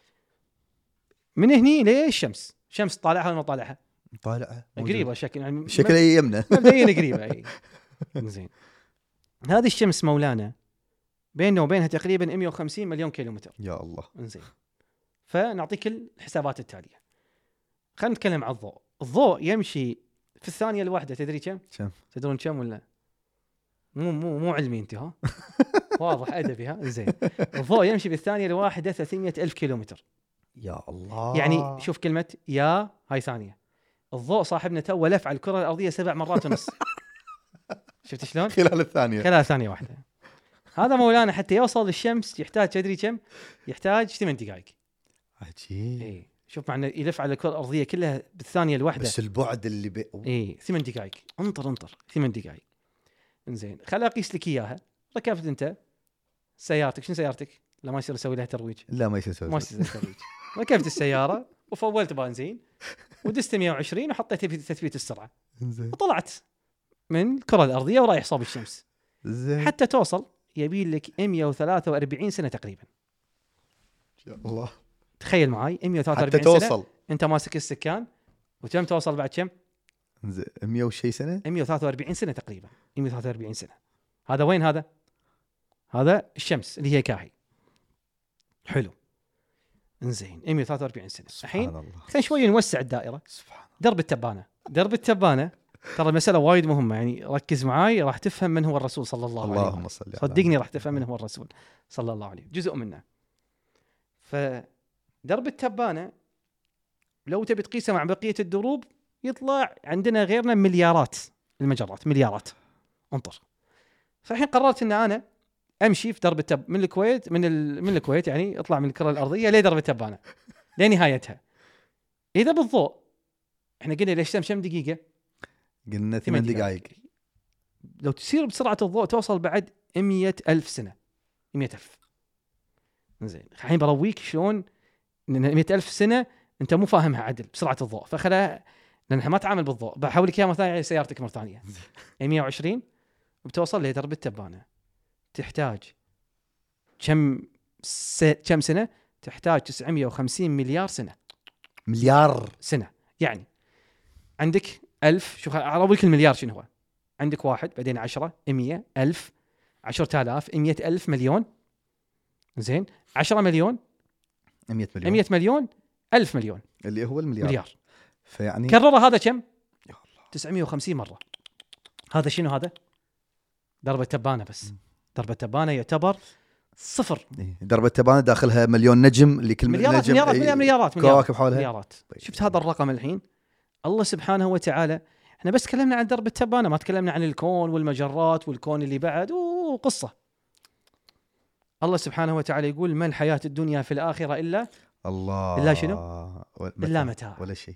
من هني ليش الشمس طالعها ولا ما طالعها؟ طالعها قريبه شكل، يعني شكل يمنا مبدئيا قريبه. اي زين. هذه الشمس مولانا بيننا وبينها تقريبا 150 مليون كيلومتر. يا الله. زين. فنعطيك الحسابات التاليه. خلينا نتكلم عن الضوء. الضوء يمشي في الثانيه الواحده تدري كم؟ تدرون كم ولا؟ مو علمي انت ها. واضح ادبي ها. زين. الضوء يمشي بالثانيه الواحده 300 الف كيلومتر. يا الله. يعني شوف كلمه يا هاي ثانيه. الضوء صاحبنا تو لف على الكره الارضيه 7 مرات ونص. شفت شلون؟ خلال الثانيه. خلال ثانيه واحده. هذا مولانا حتى يوصل للشمس يحتاج تدري كم؟ يحتاج 8 دقائق. عجيب. اي شوف معنا يلف على الكره الارضيه كلها بالثانيه الواحده. بس البعد اللي اي 8 دقائق. انطر 8 دقائق. انزين خل اقيس لك اياها. ركبت انت سيارتك، شنو سيارتك؟ لا ما يصير اسوي لها ترويج. لا ما يصير ما يصير ترويج. ركبت السياره وفولت بنزين ودست 120 وحطيت في تثبيت السرعه. زين. وطلعت من الكره الارضيه ورايح صوب الشمس. زين. حتى توصل يبي لك 143 سنه تقريبا. يا الله. تخيل معي 143 حتى سنه توصل. انت ماسك السكان وتم توصل بعد كم؟ زين 100 وشي سنه. 143 سنه تقريبا. 143 سنه. هذا وين هذا؟ هذا الشمس اللي هي كاهي. حلو. انزين 143 سنه. الحين خلينا شويه نوسع الدائره. سبحان الله. درب التبانه ترى المساله وايد مهمه، يعني ركز معاي راح تفهم من هو الرسول صلى الله عليه وسلم. اللهم صل على صدقني راح تفهم من هو الرسول صلى الله عليه، جزء منه. فدرب التبانه لو تبي تقيسه مع بقيه الدروب يطلع عندنا غيرنا مليارات المجرات، مليارات. انطر. فالحين قررت ان انا امشي في درب التب من الكويت من الكويت يعني اطلع من الكره الارضيه لدرب التبانه لنهايتها. اذا بالضوء احنا قلنا ليش كم دقيقه؟ قلنا 8 دقائق. لو تسير بسرعه الضوء توصل بعد 100,000 سنه. 100,000. زين الحين برويك شلون 100,000 سنه انت مو فاهمها عدل بسرعه الضوء. فخلا لان ما تعامل بالضوء بحاول لك اياها مثلا سيارتك مره ثانيه 120 وبتوصل لدرب التبانه. تحتاج كم سنه؟ تحتاج 950 مليار سنه. مليار سنه. يعني عندك 1000. شوف ارويك المليار شنو هو. عندك 1 بعدين 10 100 1000 10,000 100,000 مليون. زين 10 مليون 100 مليون 100 مليون 1000 مليون اللي هو المليار. فيعني كررها هذا كم؟ 950 مره. هذا شنو هذا؟ درب التبانه. بس درب التبانه يعتبر صفر. درب التبانه داخلها مليون نجم اللي كل مليارات نجم مليارات كواكب حولها. مليارات. شفت هذا الرقم الحين؟ الله سبحانه وتعالى احنا بس تكلمنا عن درب التبانه، ما تكلمنا عن الكون والمجرات والكون اللي بعد وقصه. الله سبحانه وتعالى يقول ما الحياه الدنيا في الاخره الا الله. الا شنو؟ الا متاع. ولا شيء.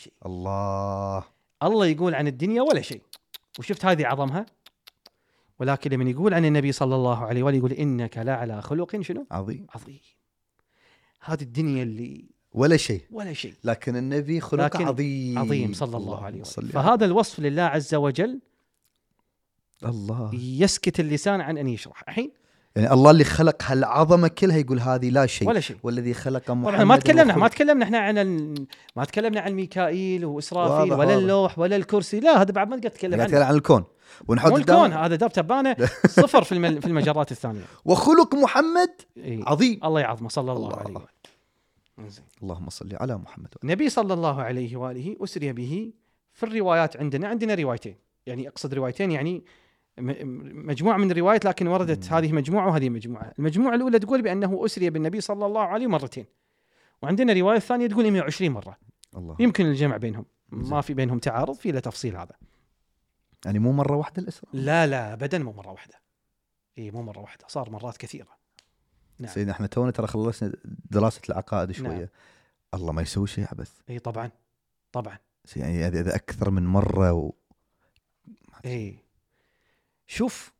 الله يقول عن الدنيا ولا شيء. وشفت هذه عظمها. ولكن لمن يقول عن النبي صلى الله عليه وآله يقول إنك لعلى خلق شنو؟ عظيم. هذه الدنيا اللي ولا شيء. لكن النبي خلق عظيم صلى الله عليه وسلم. فهذا الوصف لله عز وجل الله يسكت اللسان عن أن يشرح. الحين يعني الله اللي خلق هالعظمة كلها يقول هذه لا شيء ولا شيء. والذي خلق محمد. طبعا ما تكلمنا احنا ما تكلمنا عن ميكائيل وإسرافيل ولا اللوح ولا الكرسي. لا هذا بعد ما تقدر تتكلم عنه. عن الكون ونحط الكون هذا درب تبانه صفر في المجرات الثانية. وخلق محمد عظيم. الله يعظمه صلى الله عليه وآله. اللهم صل على محمد. النبي صلى الله عليه وآله أسري به في الروايات. عندنا روايتين، يعني أقصد روايتين يعني مجموعة من الروايات، لكن وردت هذه مجموعة وهذه مجموعة. المجموعة الأولى تقول بأنه أسري بالنبي صلى الله عليه مرتين، وعندنا رواية ثانية تقول 120 مرة. الله. يمكن الجمع بينهم، ما في بينهم تعارض، في له تفصيل هذا. يعني مو مرة واحدة الإسراء؟ لا أبدا مو مرة واحدة. مو مرة واحدة، صار مرات كثيرة. نعم. سيدنا احنا تونا ترى خلصنا دراسة العقائد شوية. نعم. الله ما يسوي شيء عبث. طبعا يعني هذا أكثر من مرة إيه شوف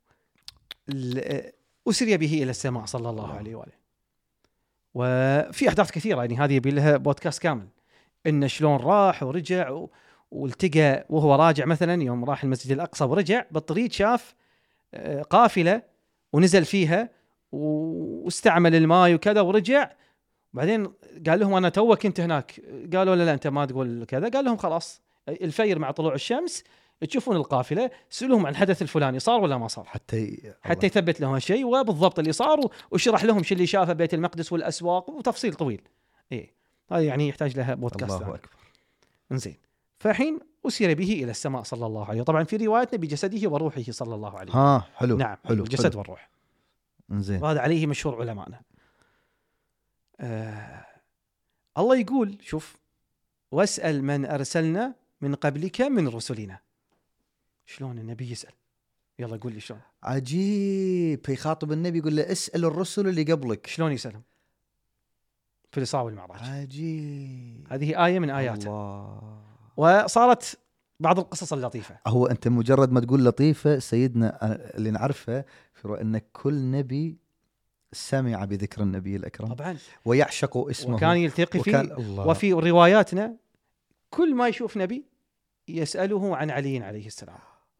أسري به إلى السماء صلى الله عليه وآله، وفي أحداث كثيرة يعني هذه يبي لها بودكاست كامل، إن شلون راح ورجع والتقى وهو راجع مثلا يوم راح المسجد الأقصى ورجع بالطريق شاف قافلة ونزل فيها واستعمل الماء وكذا ورجع، بعدين قال لهم أنا تو كنت هناك، قالوا لا أنت ما تقول كذا، قال لهم خلاص الفجر مع طلوع الشمس تشوفون القافلة، سألوهم عن الحدث الفلاني صار ولا ما صار، حتى يثبت لهم هالشيء وبالضبط اللي صار، وشرح لهم شو اللي شافه بيت المقدس والأسواق وتفصيل طويل. إيه هذا يعني يحتاج لها بودكاست. الله أكبر. إنزين فحين أسير به إلى السماء صلى الله عليه، طبعا في روايتنا بجسده وروحه صلى الله عليه. حلو. نعم حلو. الجسد والروح. إنزين. وهذا عليه مشهور علماءنا. الله يقول شوف واسأل من أرسلنا من قبلك من رسلنا. شلون النبي يسأل؟ يلا قول لي شلون. عجيب، يخاطب النبي يقول له اسأل الرسل اللي قبلك. شلون يسألهم؟ في الإسراء والمعراج. عجيب. هذه آية من آياته. الله. وصارت بعض القصص اللطيفة. هو أنت مجرد ما تقول لطيفة سيدنا اللي نعرفه أن كل نبي سمع بذكر النبي الأكرم طبعا ويعشق اسمه وكان يلتقي فيه. وفي رواياتنا كل ما يشوف نبي يسأله عن علي عليه السلام.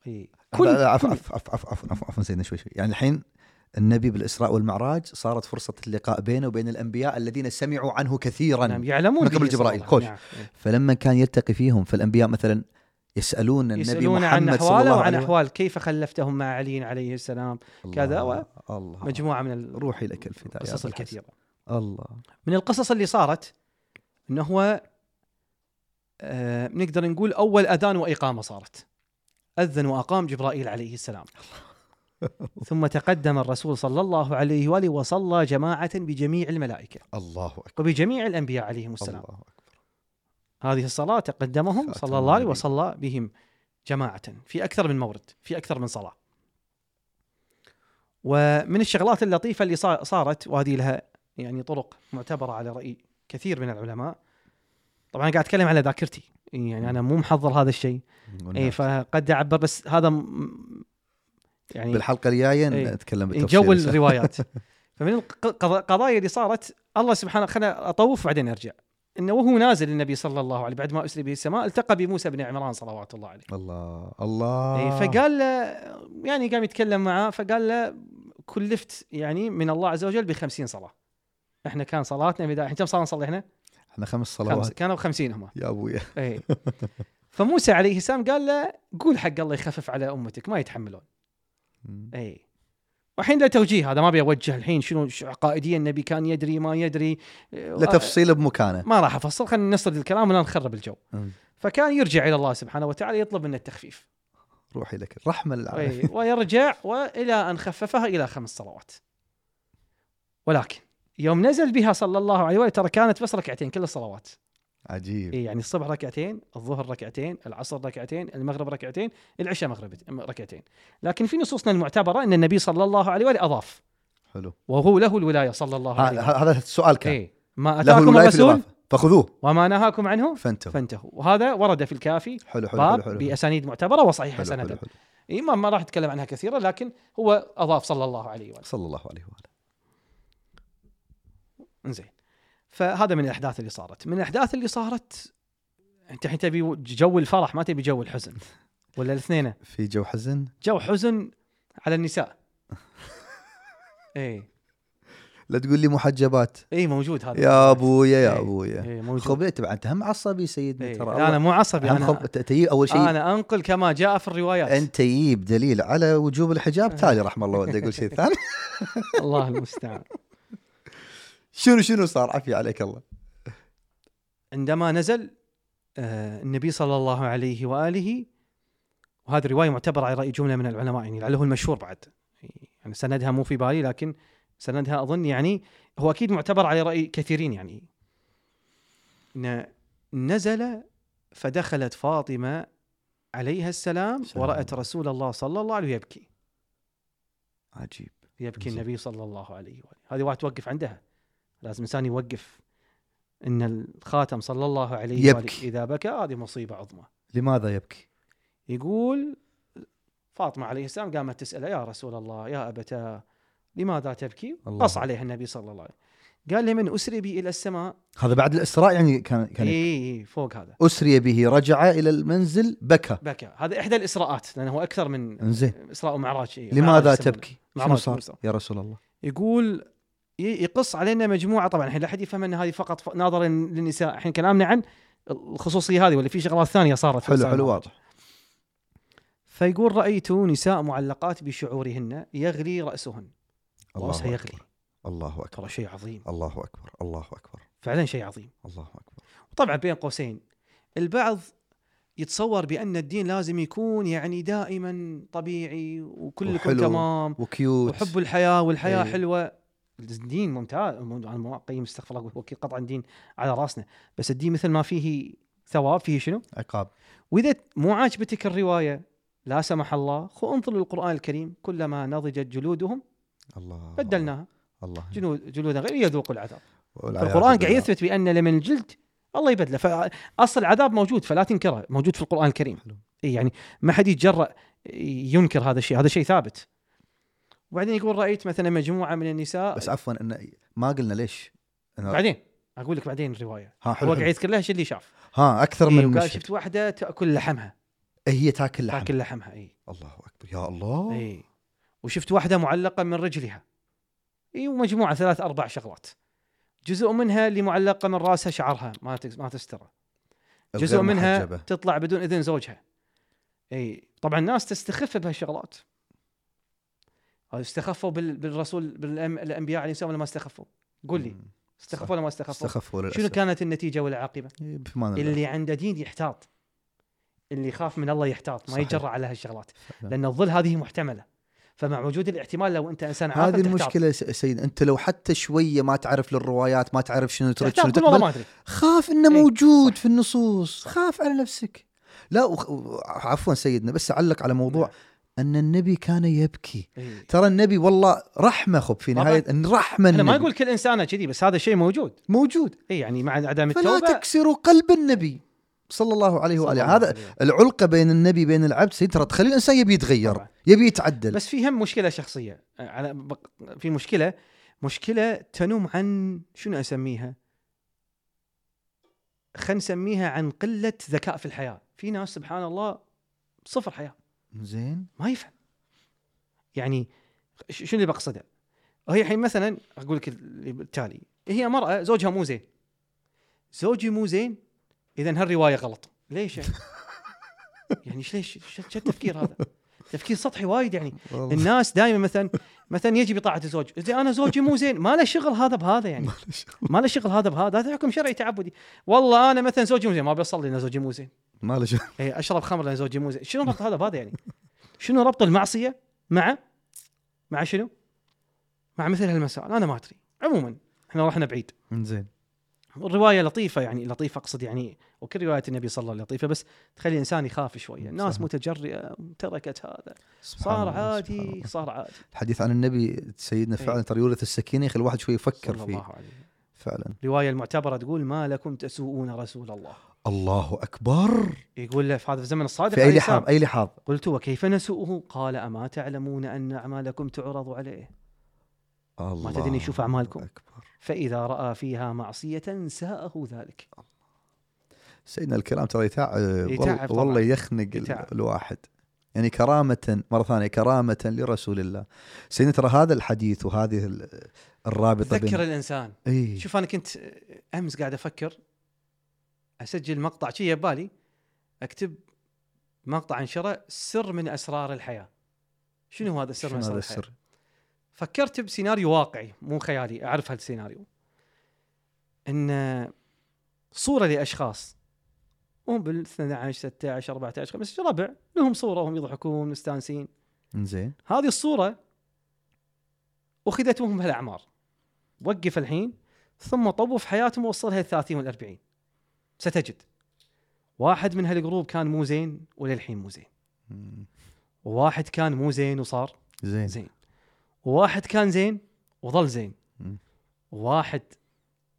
عفوا سيدنا شوي يعني الحين النبي بالإسراء والمعراج صارت فرصة اللقاء بينه وبين الأنبياء الذين سمعوا عنه كثيرا. نعم يعلمون من قبل جبرائيل خوش. نعم. فلما كان يلتقي فيهم فالأنبياء مثلا يسألون النبي محمد عن صلى الله عليه وسلم وعن أحوال كيف خلفتهم مع علي عليه السلام كذا مجموعة من روحي لك الفداء القصص الكثيرة. الله. من القصص اللي صارت إنه هو نقدر نقول أول أذان وإقامة صارت، أذن وأقام جبرائيل عليه السلام ثم تقدم الرسول صلى الله عليه وآله وصلى جماعة بجميع الملائكة الله أكبر وبجميع الأنبياء عليهم السلام. الله أكبر. هذه الصلاة تقدمهم صلى الله عليه وصلى بهم جماعة في أكثر من مورد في أكثر من صلاة. ومن الشغلات اللطيفة اللي صارت وهذه لها يعني طرق معتبرة على رأي كثير من العلماء، طبعا قاعد أتكلم على ذاكرتي يعني أنا مو محضر هذا الشيء فقد أعبر بس هذا يعني بالحلقة الجاية نتكلم بالتفصيل جو الروايات. فمن القضايا اللي صارت الله سبحانه خلنا أطوف بعدين أرجع، إنه وهو نازل النبي صلى الله عليه بعد ما أسري به السماء التقى بموسى بن عمران صلوات الله عليه. الله. فقال له يعني قام يتكلم معه فقال له كلفت يعني من الله عز وجل ب50 صلاة. إحنا كان صلاتنا بداية إحنا كم صلاة نصلي إحنا 5 صلوات كانوا 50 هم يا أبويا. فموسى عليه السلام قال له قول حق الله يخفف على أمتك ما يتحملون. وحين لا توجيه هذا ما بيوجه الحين شنو عقائديا النبي كان يدري ما يدري لا تفصيل بمكانه ما راح افصل، خلينا نسرد الكلام ولا نخرب الجو. فكان يرجع الى الله سبحانه وتعالى يطلب منه التخفيف. روحي لك الرحمه للعالمين. ويرجع والى ان خففها الى 5 صلوات. ولكن يوم نزل بها صلى الله عليه وسلم ترى كانت بس ركعتين كل الصلوات. عجيب. يعني الصبح ركعتين، الظهر ركعتين، العصر ركعتين، المغرب ركعتين، العشاء مغرب ركعتين. لكن في نصوصنا المعتبرة أن النبي صلى الله عليه وآله أضاف. حلو. وهو له الولاية صلى الله عليه وآله. هذا السؤال كان. ما أتاكم الرسول فخذوه وما نهاكم عنه فانتهوا. وهذا ورد في الكافي باب بأسانيد معتبرة وصحيحة سندا. ما راح أتكلم عنها كثيرا لكن هو أضاف صلى الله عليه وآله. صلى الله عليه وآله. إنزين. فهذا من الأحداث اللي صارت. من الأحداث اللي صارت أنت الحين تبي جو الفرح ما تبي جو الحزن ولا الاثنين؟ في جو حزن. جو حزن على النساء. لا تقول لي محجبات. موجود هذا يا ابويا يا ابويا. خبيت تبع انت هم عصبي سيدنا ترى. لا انا مو عصبي انا اول شيء انا انقل كما جاء في الروايات. انت تجيب دليل على وجوب الحجاب تالي رحم الله والديك يقول شيء ثاني. الله المستعان. شنو صار عفي عليك الله. عندما نزل النبي صلى الله عليه وآله، وهذه الرواية معتبرة على رأي جملة من العلماء يعني لعله المشهور بعد يعني سندها مو في بالي لكن سندها أظن يعني هو أكيد معتبر على رأي كثيرين يعني نزل فدخلت فاطمة عليها السلام ورأت رسول الله صلى الله عليه وسلم يبكي. عجيب. يبكي النبي صلى الله عليه وآله. هذه واحد توقف عندها، لازم إنسان يوقف ان الخاتم صلى الله عليه وآله يبكي. اذا بكى هذه مصيبه عظمى. لماذا يبكي؟ يقول فاطمه عليه السلام قامت تساله يا رسول الله يا ابتاه لماذا تبكي؟ الله. قص عليها النبي صلى الله عليه وسلم، قال لي من اسري بي الى السماء. هذا بعد الإسراء يعني كان اي فوق هذا أسري به رجع إلى المنزل بكى. هذا احدى الاسراءات لانه هو اكثر من إنزين. اسراء ومعراج. لماذا تبكي؟ شنو معراج صار موسى. يا رسول الله؟ يقول يقص علينا مجموعه، طبعا الحين لا احد يفهم ان هذه فقط ناظرا للنساء، الحين كلامنا عن الخصوصيه هذه ولا في شغلات ثانيه صارت. حلو واضح. فيقول رأيت نساء معلقات بشعورهن يغلي رأسهن، رأسها الله يغلي. أكبر. الله أكبر. ترى شيء عظيم، الله أكبر. الله أكبر. فعلا شيء عظيم. الله أكبر. وطبعا بين قوسين البعض يتصور بأن الدين لازم يكون يعني دائما طبيعي وكلكم تمام وكيوت وحب الحياة والحياة أي. حلوة. الدين ممتاز، عن قيم استغفر الله وكيل قطعا الدين على راسنا، بس الدين مثل ما فيه ثواب فيه شنو؟ عقاب. وإذا مو عاجبتك الرواية لا سمح الله انظر للقرآن الكريم، كلما نضجت جلودهم الله بدلناها الله جلودا غير يذوقوا العذاب. والعياذ القرآن بالله. قاعد يثبت بأن لمن الجلد الله يبدله، فأصل العذاب موجود فلا تنكره، موجود في القرآن الكريم. إيه يعني ما حد يتجرأ ينكر هذا الشيء، هذا شيء ثابت. وبعدين يقول رأيت مثلا مجموعة من النساء، بس عفوا إن ما قلنا ليش بعدين أقول لك بعدين الرواية. ها هو حلو. قاعد يذكر لها الشيء اللي شاف. ها أكثر إيه من وقال مشهد. شفت واحدة تأكل لحمها. هي تاكل لحم. تأكل لحمها إيه. الله أكبر يا الله. إيه وشفت واحدة معلقة من رجلها. إيه ومجموعة 3-4 شغلات، جزء منها اللي معلقة من راسها شعرها ما تسترى، جزء الغير منها محجبة. تطلع بدون إذن زوجها. اي طبعا الناس تستخف بهالشغلات. استخفوا بالرسول بالانبياء عليه السلام ولا ما استخفوا؟ قول لي استخفوا ولا ما استخفوا؟ استخفوا للأسف. شنو كانت النتيجه والعاقبه؟ اللي عنده دين يحتاط، اللي يخاف من الله يحتاط، ما صحيح. يجرأ على هالشغلات، لان الظل هذه محتمله. فمع وجود الاحتمال لو انت انسان عاقل هذه المشكله سيد، انت لو حتى شويه ما تعرف للروايات، ما تعرف شنو ترد شنو تقبل، خاف انه موجود في النصوص، خاف على نفسك. لا عفوا سيدنا، بس اعلق على موضوع ان النبي كان يبكي. ترى النبي والله رحمه، خب في نهايه الرحمه. انا ما اقول كل انسانه كذي، بس هذا الشيء موجود. اي يعني مع عدم التوبه فلا تكسروا قلب النبي صلى الله عليه وآله. هذا العلقة بين النبي بين العبد سيد، ترى تخلي الإنسان يبي يتغير طبعا. يبي يتعدل. بس في هم مشكلة شخصية، في مشكلة تنم عن شنو أسميها، خلينا نسميها عن قلة ذكاء في الحياة. في ناس سبحان الله صفر حياة، زين ما يفهم. يعني شنو اللي بقصده؟ هي الحين مثلا أقول لك التالي، هي مرأة زوجها مو زين، زوجي مو زين، إذن هالرواية غلط. ليش يعني ليش شو التفكير هذا؟ تفكير سطحي وايد. يعني الناس دائما مثلا يجي بطاعة الزوج، إذا أنا زوجي مو زين، ما له شغل هذا بهذا، يعني ما له شغل هذا بهذا، هذا حكم شرعي تعبدي. والله أنا مثلا زوجي مو زين، ما بصلي لأن زوجي مو زين، ما له شغل. أشرب خمر لأن زوجي مو زين. شنو ربط هذا بهذا؟ يعني شنو ربط المعصية مع شنو؟ مع مثل هالمسائل أنا ما أدري. عموما إحنا رحنا بعيد. زين. الرواية لطيفة، يعني لطيفة أقصد يعني، وكل رواية النبي صلى الله عليه وسلم لطيفة، بس تخلي الإنسان يخاف شوية. الناس صحيح. متجرئة تركت هذا، صار عادي. الحديث عن النبي سيدنا فعلا ترى يورث السكينة، يخلي الواحد شوي يفكر فيه فعلا. رواية المعتبرة تقول ما لكم تسوءون رسول الله. الله أكبر. يقول له في هذا الزمن الصادق في أي لحاظ قلت وكيف نسوءه؟ قال أما تعلمون أن أعمالكم تعرض عليه، ما تدري يشوف أعمالكم أكبر. فإذا رأى فيها معصية ساءه ذلك. سيدنا الكلام ترى يتعب والله يخنق الواحد. يعني كرامة مرة ثانية، كرامة لرسول الله سيدنا. ترى هذا الحديث وهذه الرابطة ذكر الإنسان. شوف أنا كنت أمس قاعد أفكر أسجل مقطع شيء ببالي، أكتب مقطع انشره سر من أسرار الحياة. شنو هذا السر من أسرار الحياة؟ فكرت بسيناريو واقعي مو خيالي، أعرف هالسيناريو، إن صورة لأشخاص هم بال 12 16 14 15 ربع لهم صورة وهم يضحكون مستانسين. زين. هذه الصورة أخذت وهم بهالأعمار، وقف الحين ثم طوف حياتهم ووصلها 30 وال40، ستجد واحد من هالجروب كان مو زين وللحين مو زين، وواحد كان مو زين وصار زين، وواحد كان زين وظل زين، وواحد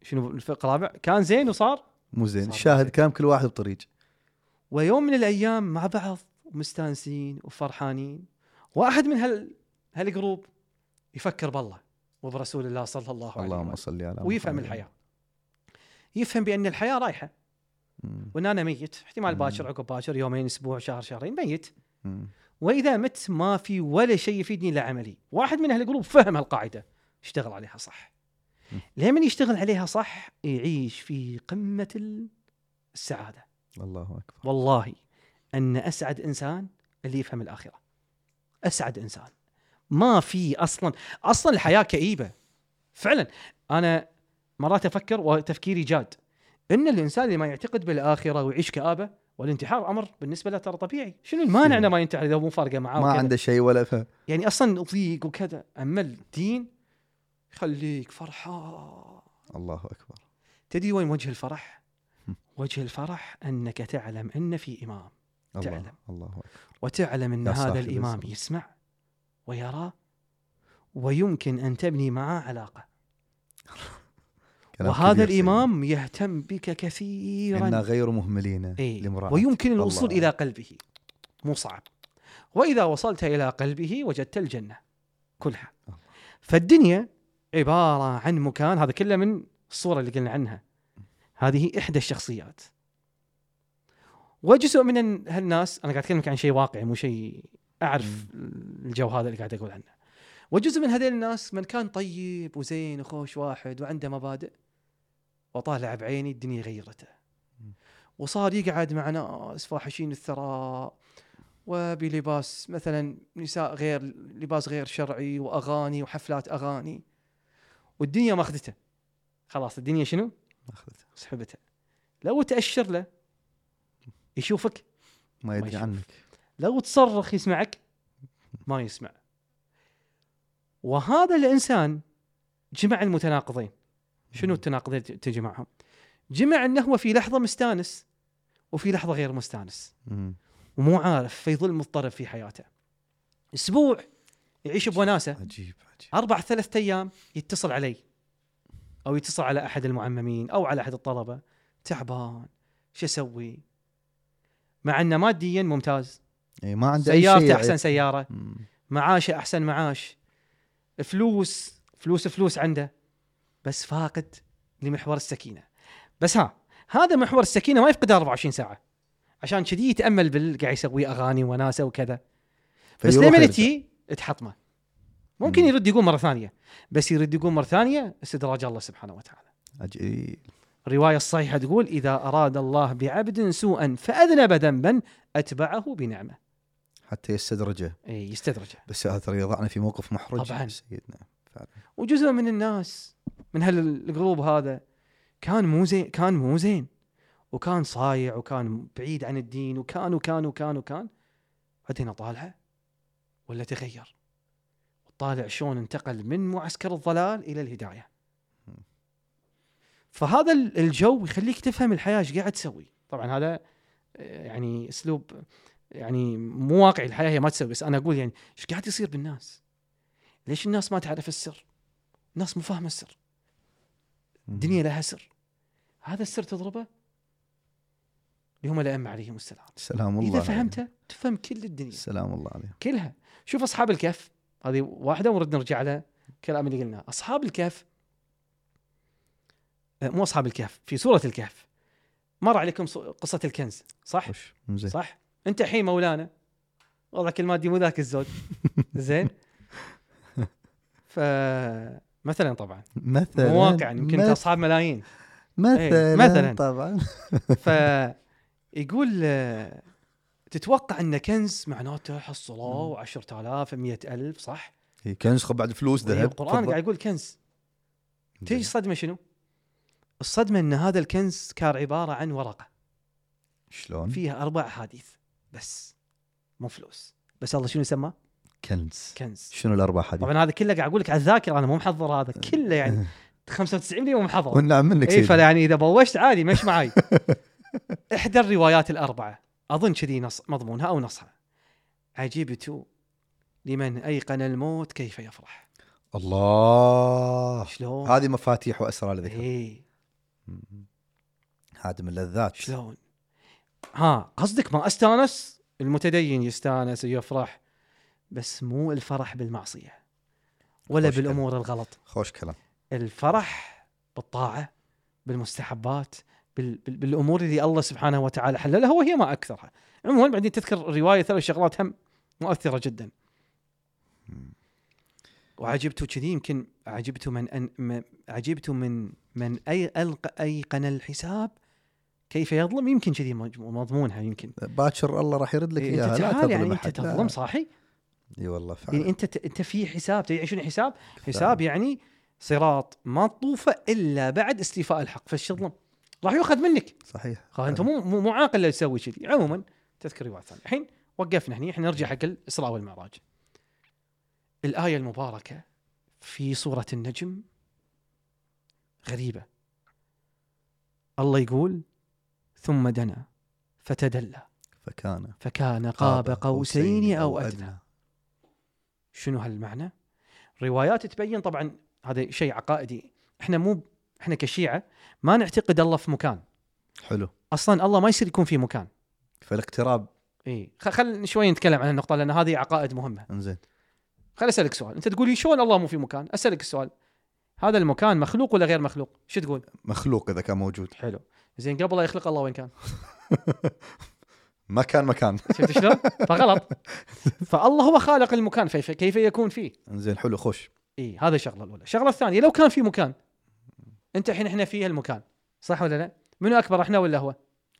شنو الفرق الرابع؟ كان زين وصار مو زين. صار الشاهد زين. كان كل واحد بطريق. ويوم من الايام مع بعض ومستانسين وفرحانين، واحد من هالجروب يفكر بالله وبرسول الله صلى الله عليه اللهم وسلم، صل على ويفهم محمد. الحياه، يفهم بان الحياه رايحه، مم. وان انا ميت، احتمال باكر عقب باكر، يومين، اسبوع، شهر، شهرين، ميت. مم. واذا مت ما في ولا شيء يفيدني الا عملي. واحد من اهل الجروب فهم هالقاعده، اشتغل عليها صح. لمن يشتغل عليها صح يعيش في قمه السعاده. الله اكبر. والله ان اسعد انسان اللي يفهم الاخره. اسعد انسان. ما في اصلا الحياه كئيبه فعلا. انا مرات افكر وتفكيري جاد ان الانسان اللي ما يعتقد بالاخره ويعيش كآبه والانتحار امر بالنسبه له ترى طبيعي. شنو المانع انه ما ينتحر اذا مو فارقه معاه ما وكذا؟ عنده شيء ولا فهم. يعني اصلا ضيق وكذا. اما الدين يخليك فرحان. الله اكبر. تدري وين وجه الفرح؟ وجه الفرح انك تعلم ان في امام، تعلم الله اكبر. وتعلم ان يا هذا صاحب الامام الزمان. يسمع ويرى ويمكن ان تبني معه علاقه، كلام وهذا كبير الامام يهتم بك كثيرا. إنا غير مهملين إيه؟ لمراعاة. ويمكن الوصول الله. الى قلبه، مو صعب. واذا وصلت الى قلبه وجدت الجنه كلها. فالدنيا عباره عن مكان، هذا كله من الصوره اللي قلنا عنها، هذه احدى الشخصيات. وجزء من هالناس، انا قاعد اكلمك عن شيء واقعي مو شيء اعرف الجو هذا اللي قاعد اقول عنه. وجزء من هذول الناس من كان طيب وزين وخوش واحد وعنده مبادئ، وطالع بعيني الدنيا غيرته، وصار يقعد مع ناس فاحشين الثراء وبلباس مثلا نساء غير لباس غير شرعي واغاني وحفلات اغاني، والدنيا ماخذته. خلاص الدنيا شنو؟ أخذته. سحبتها. لو تأشر له يشوفك ما يدري يشوف. عنك. لو تصرخ يسمعك ما يسمع. وهذا الإنسان جمع المتناقضين. شنو التناقضين تجمعهم؟ جمع أنه هو في لحظة مستانس وفي لحظة غير مستانس، مم. ومو عارف، فيظل مضطرب في حياته. أسبوع يعيش بوناسة، عجيب عجيب. 4-3 أيام يتصل علي أو يتصل على أحد المعممين أو على أحد الطلبة، تعبان، شو أسوي؟ مع أنه ماديا ممتاز، إيه ما عنده أي سيارته شيء. أحسن سيارة، مم. معاشه أحسن معاش، فلوس عنده، بس فاقد لمحور السكينة. بس هذا محور السكينة ما يفقد 24 ساعة، عشان كذي يتأمل قاعد يسوي أغاني وناسة وكذا. بس لما يجي تحطمه، ممكن يرد يقول مرة ثانية، بس يرد يقول مرة ثانية استدراج الله سبحانه وتعالى. عجيب. الرواية الصحيحة تقول: إذا أراد الله بعبد سوءا فأذنب ذنبا أتبعه بنعمة. حتى يستدرجه. إيه يستدرجه. بس هذا ترى يضعنا في موقف محرج طبعاً. سيدنا فعلا. وجزء من الناس من هالجروب هذا كان مو زين وكان صايع وكان بعيد عن الدين وكان بعدين طالعه ولا تغير، وطالع شلون انتقل من معسكر الضلال إلى الهداية. فهذا الجو يخليك تفهم الحياة ايش قاعد تسوي. طبعا هذا يعني اسلوب يعني مو واقعي، الحياة هي ما تسوي، بس انا اقول يعني ايش قاعد يصير بالناس. ليش الناس ما تعرف السر؟ الناس مو فاهمه السر. الدنيا لها سر، هذا السر تضربه اللي هم الأئمة عليهم السلام. سلام الله إذا عليهم. فهمته تفهم كل الدنيا. سلام الله عليهم. كلها. شوف أصحاب الكهف، هذه واحدة ونرد نرجع على كلام اللي قلناه. أصحاب الكهف، مو أصحاب الكهف، في سورة الكهف مر عليكم قصة الكنز، صح؟ صح؟ أنت الحين مولانا وضعك المادي مو ذاك الزود زين. فمثلا طبعا مثلا مو واقعا، يمكن انت اصحاب ملايين مثلا طبعا. فيقول تتوقع ان كنز معناته حصلوا 10,000 100,000 صح؟ كنز بعد فلوس ذهب. القرآن قاعد يقول كنز. تيجي الصدمة شنو؟ الصدمة ان هذا الكنز كان عبارة عن ورقة شلون فيها 4 أحاديث بس، مو فلوس. بس الله شنو يسمى؟ كنز. شنو ال4 حديث؟ طبعا هذا كله قاعد اقول لك على الذاكره، انا مو محضر هذا كله يعني 95% مو محضر. والنعم منك اي فيعني اذا بوشت عادي مش معاي. احدى الروايات ال4 اظن كذي نص مضمونها او نصها: عجبت لمن ايقن الموت كيف يفرح. الله. شلون؟ هذه مفاتيح واسرار الذكر. اي هادم اللذات. شلون؟ قصدك ما استانس؟ المتدين يستانس ويفرح، بس مو الفرح بالمعصية ولا خوش بالأمور الغلط. خوش كلام. الفرح بالطاعة، بالمستحبات، بالأمور اللي الله سبحانه وتعالى حللها وهي ما أكثرها. عموما بعدين تذكر رواية 3 شغلات هم مؤثرة جدا. وعجبت كذي، يمكن عجبت عجبت من أيقن الحساب كيف يظلم، يمكن كذي مضمونها. يمكن باكر الله راح يرد لك اياها، لا تظلم تظلم يعني أحد. انت تظلم صاحي. اي والله فعلا. يعني انت في حساب، تدري شنو حساب يعني صراط ما تطوفه الا بعد استيفاء الحق، فايش تظلم؟ راح يؤخذ منك. صحيح. انت مو عاقل لا تسوي كذي. عموما تذكر روايه ثانيه. الحين وقفنا هني، احنا نرجع حق الاسراء والمعراج. الايه المباركه في سوره النجم غريبه. الله يقول ثم دنا فتدلى فكان قاب قوسين أو أدنى. شنو هالمعنى؟ روايات تبين، طبعا هذا شيء عقائدي، احنا كشيعة ما نعتقد الله في مكان. حلو. اصلا الله ما يصير يكون في مكان. فالاقتراب. خل شوي نتكلم عن النقطة لأن هذه عقائد مهمة. انزين. خل أسألك سؤال، انت تقول لي شلون الله مو في مكان؟ أسألك السؤال، هذا المكان مخلوق ولا غير مخلوق؟ شو تقول؟ مخلوق إذا كان موجود. حلو. زين قبل لا يخلق الله وين كان؟ ما كان مكان. شفت شلون؟ فغلط. فالله هو خالق المكان، كيف يكون فيه؟ زين حلو خوش. هذا الشغله الاولى. الشغله الثانيه، لو كان في مكان، انت الحين احنا في هالمكان صح ولا لا؟ منو اكبر، احنا ولا هو؟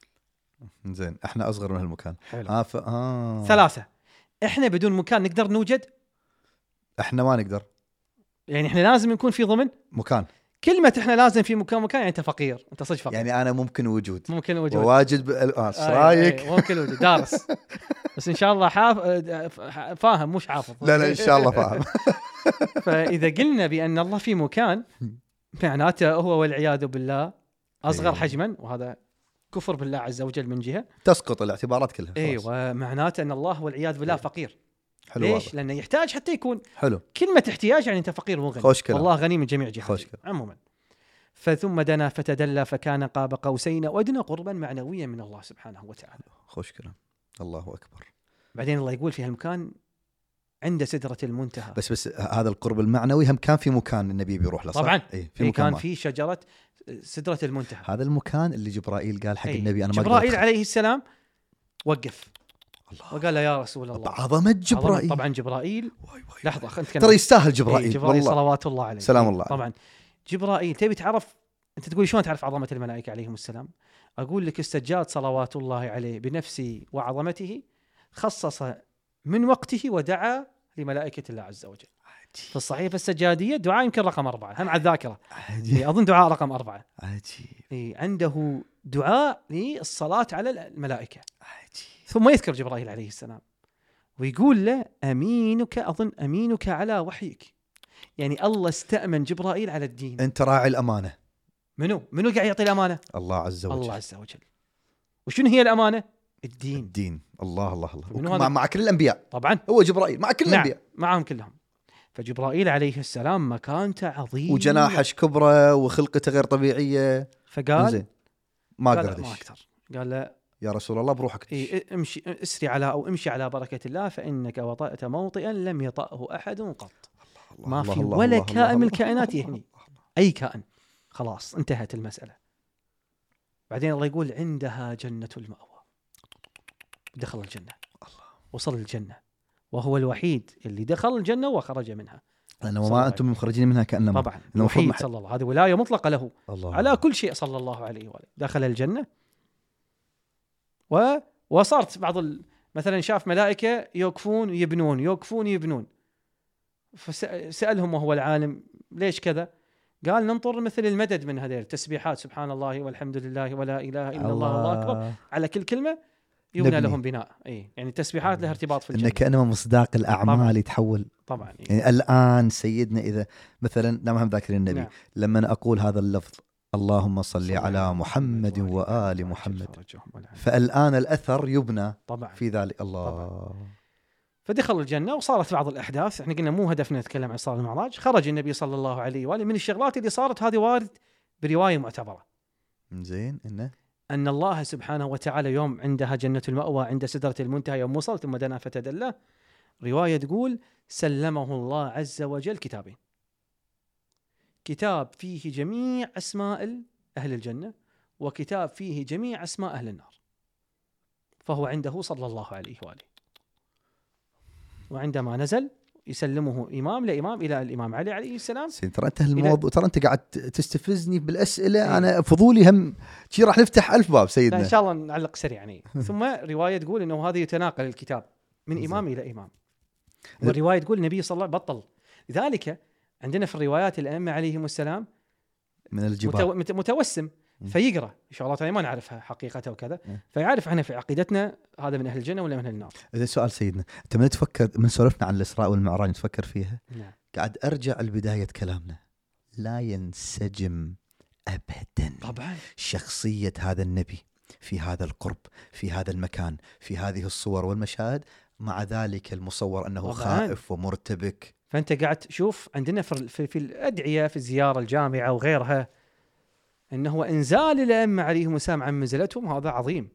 زين احنا اصغر من هالمكان. حلو. 3. احنا بدون مكان نقدر نوجد؟ احنا ما نقدر. يعني احنا لازم نكون في ضمن مكان. كلمة احنا لازم في مكان يعني انت فقير، انت صدق فقير. يعني انا ممكن وجود وواجد ايش رايك؟ ممكن وجود دارس بس ان شاء الله فاهم مش حافظ. لا ان شاء الله فاهم. فاذا قلنا بان الله في مكان معناته هو والعياذ بالله اصغر حجما، وهذا كفر بالله عز وجل من جهة، تسقط الاعتبارات كلها. ومعناته ان الله والعياذ بالله فقير. حلو. ليش؟ واضح. لانه يحتاج حتى يكون. حلو. كلمة احتياج يعني انت فقير مو غني. والله غني من جميع جهات. عموما فثم دنا فتدلى فكان قاب قوسين أو أدنى، قربا معنويا من الله سبحانه وتعالى. خوش كلام. الله أكبر. بعدين الله يقول في هالمكان عند سدرة المنتهى. بس هذا القرب المعنوي هم كان في مكان النبي بيروح له صح؟ طبعا. في مكان كان في شجرة سدرة المنتهى. هذا المكان اللي جبرائيل قال حق النبي أنا ما جبرائيل عليه السلام وقف الله وقال له يا رسول الله. عظمة جبرائيل. طبعا جبرائيل لحظة ترى يستاهل جبرائيل والله. صلوات الله عليه. سلام الله. طبعا جبرائيل تبي تعرف، انت تقول شلون تعرف عظمة الملائكة عليهم السلام؟ اقول لك السجاد صلوات الله عليه بنفسه وعظمته خصص من وقته ودعا لملائكة الله عز وجل. في الصحيفة السجادية دعاء يمكن رقم 4 هم على الذاكرة. اظن دعاء رقم 4. عجيب. عنده دعاء للصلاة على الملائكة. عجيب. ثم يذكر جبرائيل عليه السلام ويقول له امينك على وحيك. يعني الله استأمن جبرائيل على الدين. انت راعي الأمانة. منو قاعد يعطي الأمانة؟ الله عز وجل. الله عز وجل. وشنو هي الأمانة؟ الدين. الله مع كل الأنبياء. طبعا هو جبرائيل مع كل الأنبياء. معهم كلهم. فجبرائيل عليه السلام مكانته عظيم وجناحش كبره وخلقته غير طبيعية. فقال ما أقدر. قال له يا رسول الله بروحك امشي امشي على بركة الله فإنك وطأت موطئا لم يطأه أحد قط. ما في ولا كائن من الكائنات يهني أي كائن. خلاص انتهت المسألة. بعدين الله يقول عندها جنة المأوى. دخل الجنة. وصل الجنة وهو الوحيد اللي دخل الجنة وخرج منها. لأنه ما أنتم مخرجين منها كأنما. طبعا الوحيد صلى الله، هذه ولاية مطلقة له الله. على كل شيء صلى الله عليه وآله. دخل الجنة وصارت بعض مثلا شاف ملائكة يوقفون يبنون فسألهم وهو العالم ليش كذا؟ قال ننطر مثل المدد من هذه التسبيحات سبحان الله والحمد لله ولا إله إلا الله والله أكبر، على كل كلمة يبنى لهم بناء. يعني التسبيحات لها ارتباط في الجنة. إنه كأنما مصداق الأعمال طبعا. يتحول طبعا. يعني الآن سيدنا إذا مثلا نعم هم ذاكرين النبي لما أقول هذا اللفظ اللهم صل على محمد وآل محمد، فالآن الأثر يبنى طبعا في ذلك. الله طبعا. فدخل الجنة وصارت بعض الأحداث. احنا قلنا مو هدفنا نتكلم عن إسراء المعراج. خرج النبي صلى الله عليه وآله من الشغلات اللي صارت هذه وارد برواية معتبرة. زين انه أن الله سبحانه وتعالى يوم عندها جنة المأوى عند سدرة المنتهى يوم وصل ثم دنا فتدلى، رواية تقول سلمه الله عز وجل كتابين، كتاب فيه جميع أسماء أهل الجنة وكتاب فيه جميع أسماء أهل النار، فهو عنده صلى الله عليه وآله. وعندما نزل يسلمه إمام لإمام إلى الإمام علي عليه السلام. ترى انت الموضوع، ترى انت قاعد تستفزني بالأسئلة. انا فضولي هم شي راح نفتح 1000 باب سيدنا. إن شاء الله نعلق سريعا. ثم رواية تقول إنه هذا يتناقل الكتاب من إمام إلى إمام، والرواية تقول النبي صلى الله عليه وسلم بطل. لذلك عندنا في الروايات الأئمة عليهم السلام من الجبال متوسم فيقرأ شغلات ما نعرفها حقيقته وكذا، فيعرف احنا في عقيدتنا هذا من أهل الجنة ولا من أهل النار. إذا سؤال سيدنا، أنت من تفكر من سولفنا عن الإسراء والمعراج تفكر فيها؟ نعم. قاعد أرجع لبداية كلامنا، لا ينسجم أبدا طبعا شخصية هذا النبي في هذا القرب، في هذا المكان، في هذه الصور والمشاهد، مع ذلك المصور أنه طبعاً خائف ومرتبك. فأنت قاعد تشوف عندنا في الأدعية في الزيارة الجامعة وغيرها أنه إنزال الأئمة عليهم السلام عن منزلتهم هذا عظيم.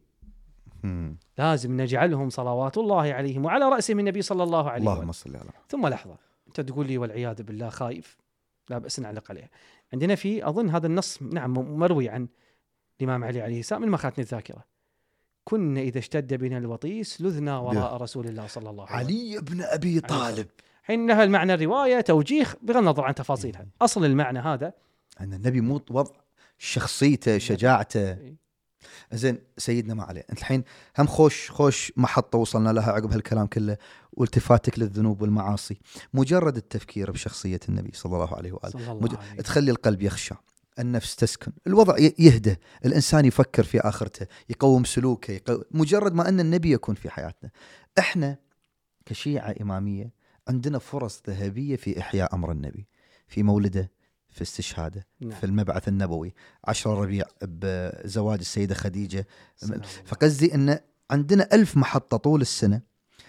لازم نجعلهم صلوات الله عليهم وعلى رأسهم النبي صلى الله عليه وسلم. اللهم صل على محمد. ثم لحظة، أنت تقول لي والعياذ بالله خايف، لا بأس نعلق عليه. عندنا في أظن هذا النص نعم مروي عن الإمام علي عليه السلام من مخاتني الذاكرة، كنا إذا اشتد بنا الوطيس لذنا وراء رسول الله صلى الله عليه وسلم. علي بن أبي طالب. حين نهى المعنى الرواية توجيه بغض النظر عن تفاصيلها، أصل المعنى هذا أن النبي مو وضع شخصيته شجاعته. زين سيدنا ما عليه، انت الحين هم خوش محطة وصلنا لها عقب هالكلام كله، والتفاتك للذنوب والمعاصي. مجرد التفكير بشخصية النبي صلى الله عليه وآله تخلي القلب يخشع، النفس تسكن، الوضع يهدى، الإنسان يفكر في آخرته، يقوم سلوكه، مجرد ما أن النبي يكون في حياتنا. احنا كشيعة إمامية عندنا فرص ذهبية في إحياء أمر النبي، في مولده، في استشهاده، نعم. في المبعث النبوي، 10 ربيع بزواج السيدة خديجة. فقصدي أن عندنا 1000 محطة طول السنة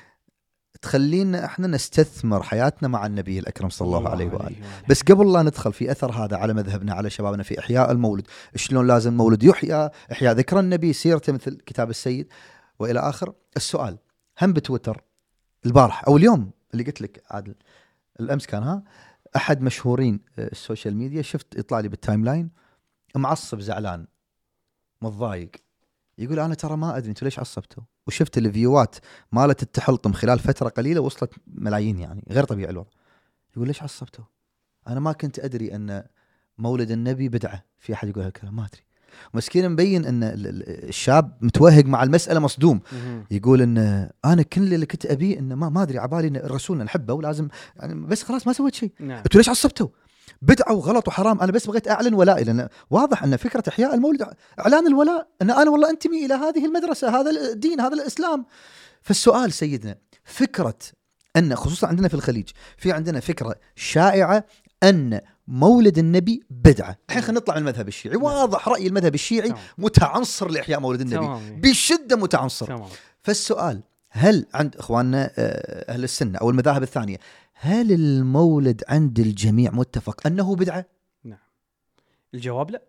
تخلينا احنا نستثمر حياتنا مع النبي الأكرم صلى الله عليه وآله. بس قبل لا ندخل في أثر هذا على مذهبنا على شبابنا في إحياء المولد، شلون لازم المولد يحيى، إحياء ذكر النبي، سيرته مثل كتاب السيد وإلى آخر. السؤال هم بتويتر البارح أو اليوم اللي قلت لك عادل الأمس كان أحد مشهورين السوشيال ميديا، شفت يطلع لي بالتايم لاين معصب زعلان متضايق، يقول أنا ترى ما أدري أنتوا ليش عصبتوا، وشفت الفيوات مالت التحلطم خلال فترة قليلة وصلت ملايين، يعني غير طبيعي الوضع. يقول ليش عصبتوا؟ أنا ما كنت أدري أن مولد النبي بدعة. في أحد يقول هالكلام ما أدري. مسكين مبين أن الشاب متوهق مع المسألة مصدوم، يقول أن أنا كل اللي كنت أبيه أن ما أدري عبالي أن الرسول نحبه ولازم يعني بس خلاص ما سويت شيء. نعم. أنتوا ليش عصبتوا؟ بدعة وغلط وحرام، أنا بس بغيت أعلن ولائي، لأن واضح أن فكرة إحياء المولد إعلان الولاء، أن أنا والله أنتمي إلى هذه المدرسة، هذا الدين، هذا الإسلام. فالسؤال سيدنا، فكرة أن خصوصا عندنا في الخليج في عندنا فكرة شائعة أن مولد النبي بدعة. الحين خلينا نطلع من المذهب الشيعي، واضح رأي المذهب الشيعي متعنصر لإحياء مولد النبي بشدة متعنصر. فالسؤال، هل عند إخواننا أهل السنة أو المذاهب الثانية هل المولد عند الجميع متفق أنه بدعة؟ نعم. الجواب لا،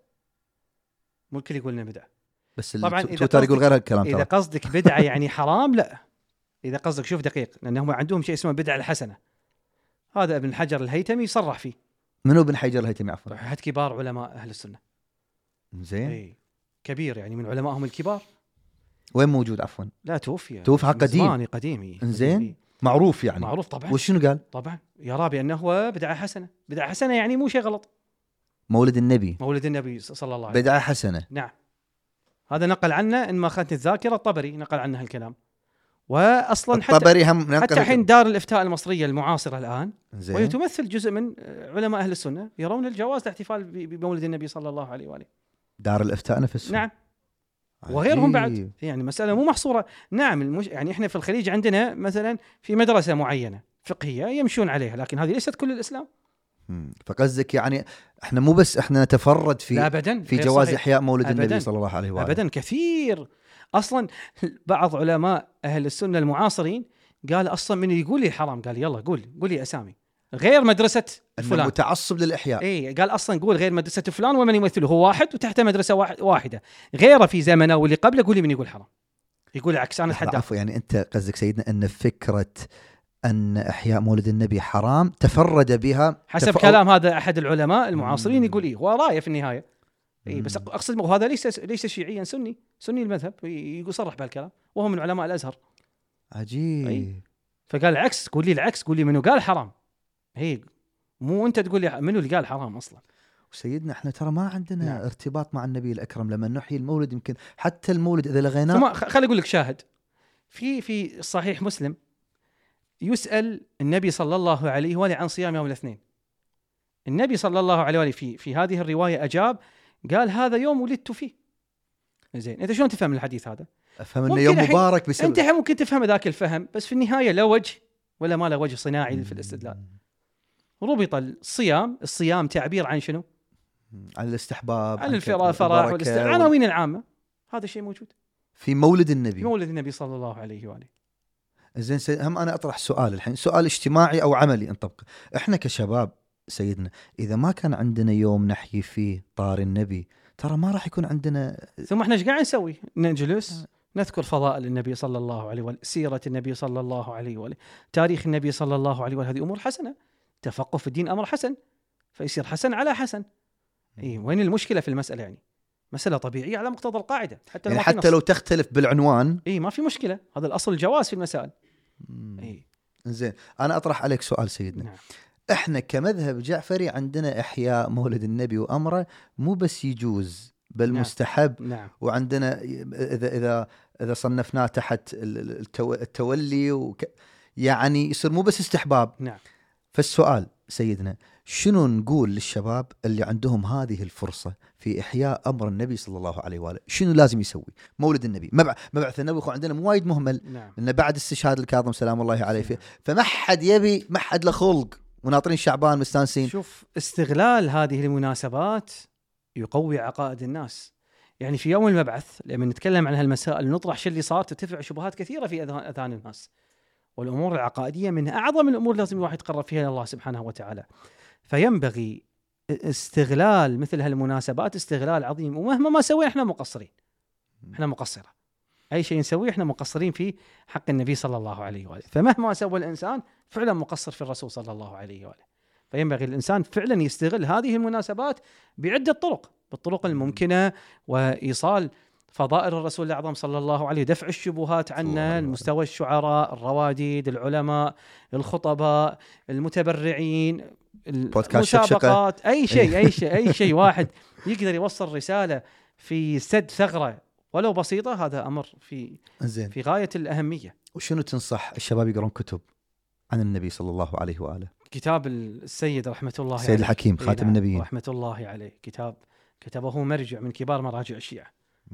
مو الكل يقول إنه بدعة. بس طبعا تويتر يقول غير هالكلام. إذا قصدك بدعة يعني حرام، لا. إذا قصدك شوف دقيق، لأنهم عندهم شيء اسمه بدعة الحسنة، هذا ابن حجر الهيتمي صرح فيه. منو ابن حجر الهيتمي عفوا؟ أحد كبار علماء أهل السنة. زين. أي كبير يعني من علمائهم الكبار. وين موجود عفوا؟ لا توفي قديم. قديمي. زين. معروف يعني. معروف طبعا. وشنو قال؟ طبعا يرى بأنه بدعة حسنة. بدعة حسنة يعني مو شيء غلط. مولد النبي صلى الله عليه وسلم بدعة حسنة. نعم. هذا نقل عنه إن ما أخذت الذاكرة الطبري نقل عنه هالكلام. وأصلا حتى حين دار الإفتاء المصرية المعاصرة الآن زين. وهي تمثل جزء من علماء أهل السنة يرون الجواز الاحتفال بمولد النبي صلى الله عليه وآله. دار الإفتاء نفسه. نعم. وغيرهم بعد، يعني مسألة مو محصورة. نعم يعني إحنا في الخليج عندنا مثلا في مدرسة معينة فقهية يمشون عليها، لكن هذه ليست كل الإسلام. فقصدك يعني احنا مو بس احنا نتفرد في جواز إحياء مولد النبي صلى الله عليه وآله. أبدا، كثير. أصلا بعض علماء أهل السنة المعاصرين قال أصلا من يقول لي حرام قال يلا قول لي أسامي، غير مدرسه أنه فلان. متعصب للإحياء. اي قال اصلا قول غير مدرسه فلان ومن يمثله هو واحد وتحته مدرسه واحده غيره في زمنه واللي قبله قولي من يقول حرام، يقول عكس. انا اتحدى. عفوا، يعني أنت قصدك سيدنا أن فكرة أن إحياء مولد النبي حرام تفرد بها حسب كلام هذا احد العلماء المعاصرين يقول ايه، هو رايه في النهايه. اي بس اقصد هذا ليس شيعيا، سني المذهب، يقول صرح بهالكلام وهو من علماء الازهر. عجيب. فقال العكس، قول لي العكس، قول لي منو قال حرام. هي مو انت تقول لي منو اللي قال حرام اصلا. سيدنا احنا ترى ما عندنا ارتباط مع النبي الأكرم لما نحيي المولد. يمكن حتى المولد إذا لغيناه. ثم خلي أقول لك شاهد في صحيح مسلم يسأل النبي صلى الله عليه وآله عن صيام يوم الاثنين. النبي صلى الله عليه وآله في هذه الرواية أجاب قال هذا يوم ولدت فيه. زين أنت شلون تفهم الحديث هذا؟ أفهم إنه يوم مبارك بسبب. أنت ممكن تفهم ذاك الفهم، بس في النهاية لا وجه ولا ما له وجه صناعي في الاستدلال. ربط الصيام تعبير عن شنو؟ عن الاستحباب، عن الفرح والعناوين العامة. هذا الشيء موجود في مولد النبي، في مولد النبي صلى الله عليه وآله. زين هم أنا أطرح سؤال الحين، سؤال اجتماعي أو عملي نطبقه. إحنا كشباب سيدنا إذا ما كان عندنا يوم نحيي فيه طار النبي ترى ما راح يكون عندنا. ثم إحنا إيش قاعد نسوي؟ نجلس نذكر فضائل النبي صلى الله عليه وآله، سيرة النبي صلى الله عليه وآله، تاريخ النبي صلى الله عليه وآله. هذه أمور حسنة. تفقه في الدين أمر حسن، فيصير حسن على حسن. وين المشكلة في المسألة؟ يعني مسألة طبيعية على مقتضى القاعدة، حتى لو تختلف بالعنوان ما في مشكلة. هذا الأصل الجواز في المسائل. زين أنا أطرح عليك سؤال سيدنا. نعم. إحنا كمذهب جعفري عندنا إحياء مولد النبي وأمره مو بس يجوز بل نعم. مستحب. نعم. وعندنا إذا صنفناه تحت التولي يعني يصير مو بس استحباب. نعم. فالسؤال سيدنا شنو نقول للشباب اللي عندهم هذه الفرصة في إحياء أمر النبي صلى الله عليه وآله؟ شنو لازم يسوي؟ مولد النبي مبعث النبي عندنا مو وايد مهمل. نعم. إنه بعد استشهاد الكاظم سلام الله عليه فيه، فما حد يبي، ما حد له خلق، وناطرين شعبان مستانسين. شوف استغلال هذه المناسبات يقوي عقائد الناس. يعني في يوم المبعث لما نتكلم عن هالمسائل نطرح شو اللي صار، ترتفع شبهات كثيرة في أذهان الناس، والأمور العقائدية من أعظم الأمور لازم الواحد يتقرب فيها الله سبحانه وتعالى. فينبغي استغلال مثل هالمناسبات استغلال عظيم، ومهما ما سوينا احنا مقصرين، احنا مقصرة. أي شيء نسويه احنا مقصرين في حق النبي صلى الله عليه وآله. فمهما سوى الإنسان فعلا مقصر في الرسول صلى الله عليه وآله. فينبغي الإنسان فعلا يستغل هذه المناسبات بعدة طرق، بالطرق الممكنة، وإيصال فضائل الرسول الأعظم صلى الله عليه، دفع الشبهات عنا، المستوى الشعراء، الرواديد، العلماء، الخطباء، المتبرعين، المسابقات، أي شيء واحد يقدر يوصل رسالة في سد ثغرة ولو بسيطة، هذا أمر في غاية الأهمية. وشنو تنصح الشباب يقرون كتب عن النبي صلى الله عليه وآله؟ كتاب السيد رحمة الله عليه، السيد الحكيم خاتم النبيين رحمة الله عليه، كتاب كتبه مرجع من كبار مراجع الشيعة.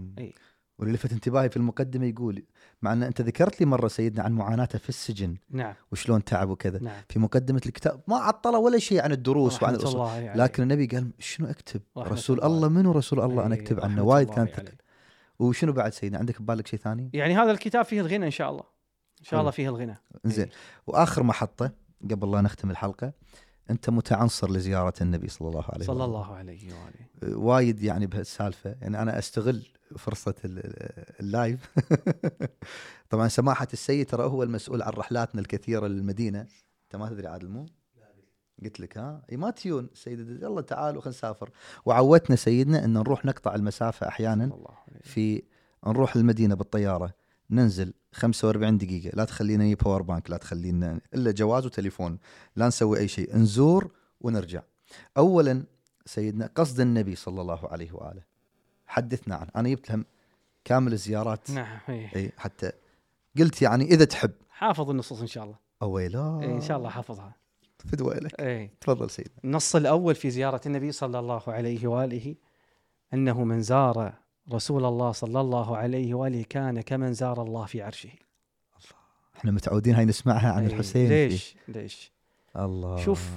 واللي لفت انتباهي في المقدمة يقول، مع أن أنت ذكرت لي مرة سيدنا عن معاناته في السجن، نعم، وشلون تعب وكذا، نعم. في مقدمة الكتاب ما عطل ولا شيء عن الدروس وعن الأصول، لكن النبي قال شنو أكتب؟ رسول الله، منو رسول الله أنا أكتب عنه؟ وايد كانت ثقل. وشنو بعد سيدنا عندك ببالك شيء ثاني؟ يعني هذا الكتاب فيه الغنى إن شاء الله، إن شاء الله فيه الغنى. زين. وآخر محطة قبل لا نختم الحلقة، أنت متعنصر لزيارة النبي صلى الله عليه وآله. صلى الله عليه وآله. وايد يعني بهالسالفة، يعني أنا أستغل فرصة اللايف. طبعا سماحة السيد ترى هو المسؤول عن رحلاتنا الكثيرة للمدينة. أنت ما تدري عادل مو؟ قلت لك ما تيون سيد، يلا تعالوا خلينا نسافر. وعودتنا سيدنا أن نروح نقطع المسافة أحيانا، نروح المدينة بالطيارة ننزل 45 دقيقة، لا تخلينا نجيب باور بانك، لا تخلينا إلا جواز وتليفون، لا نسوي أي شيء، نزور ونرجع. أولا سيدنا قصد النبي صلى الله عليه وآله حدثنا عنه. أنا جبت لهم كامل الزيارات. نعم. أي حتى قلت يعني إذا تحب حافظ النصوص إن شاء الله. أويلا. إن شاء الله حافظها. فدوى لك. تفضل سيدنا. النص الأول في زيارة النبي صلى الله عليه وآله أنه من زار رسول الله صلى الله عليه وآله كان كمن زار الله في عرشه. الله. احنا متعودين هاي نسمعها عن الحسين. ليش الله. شوف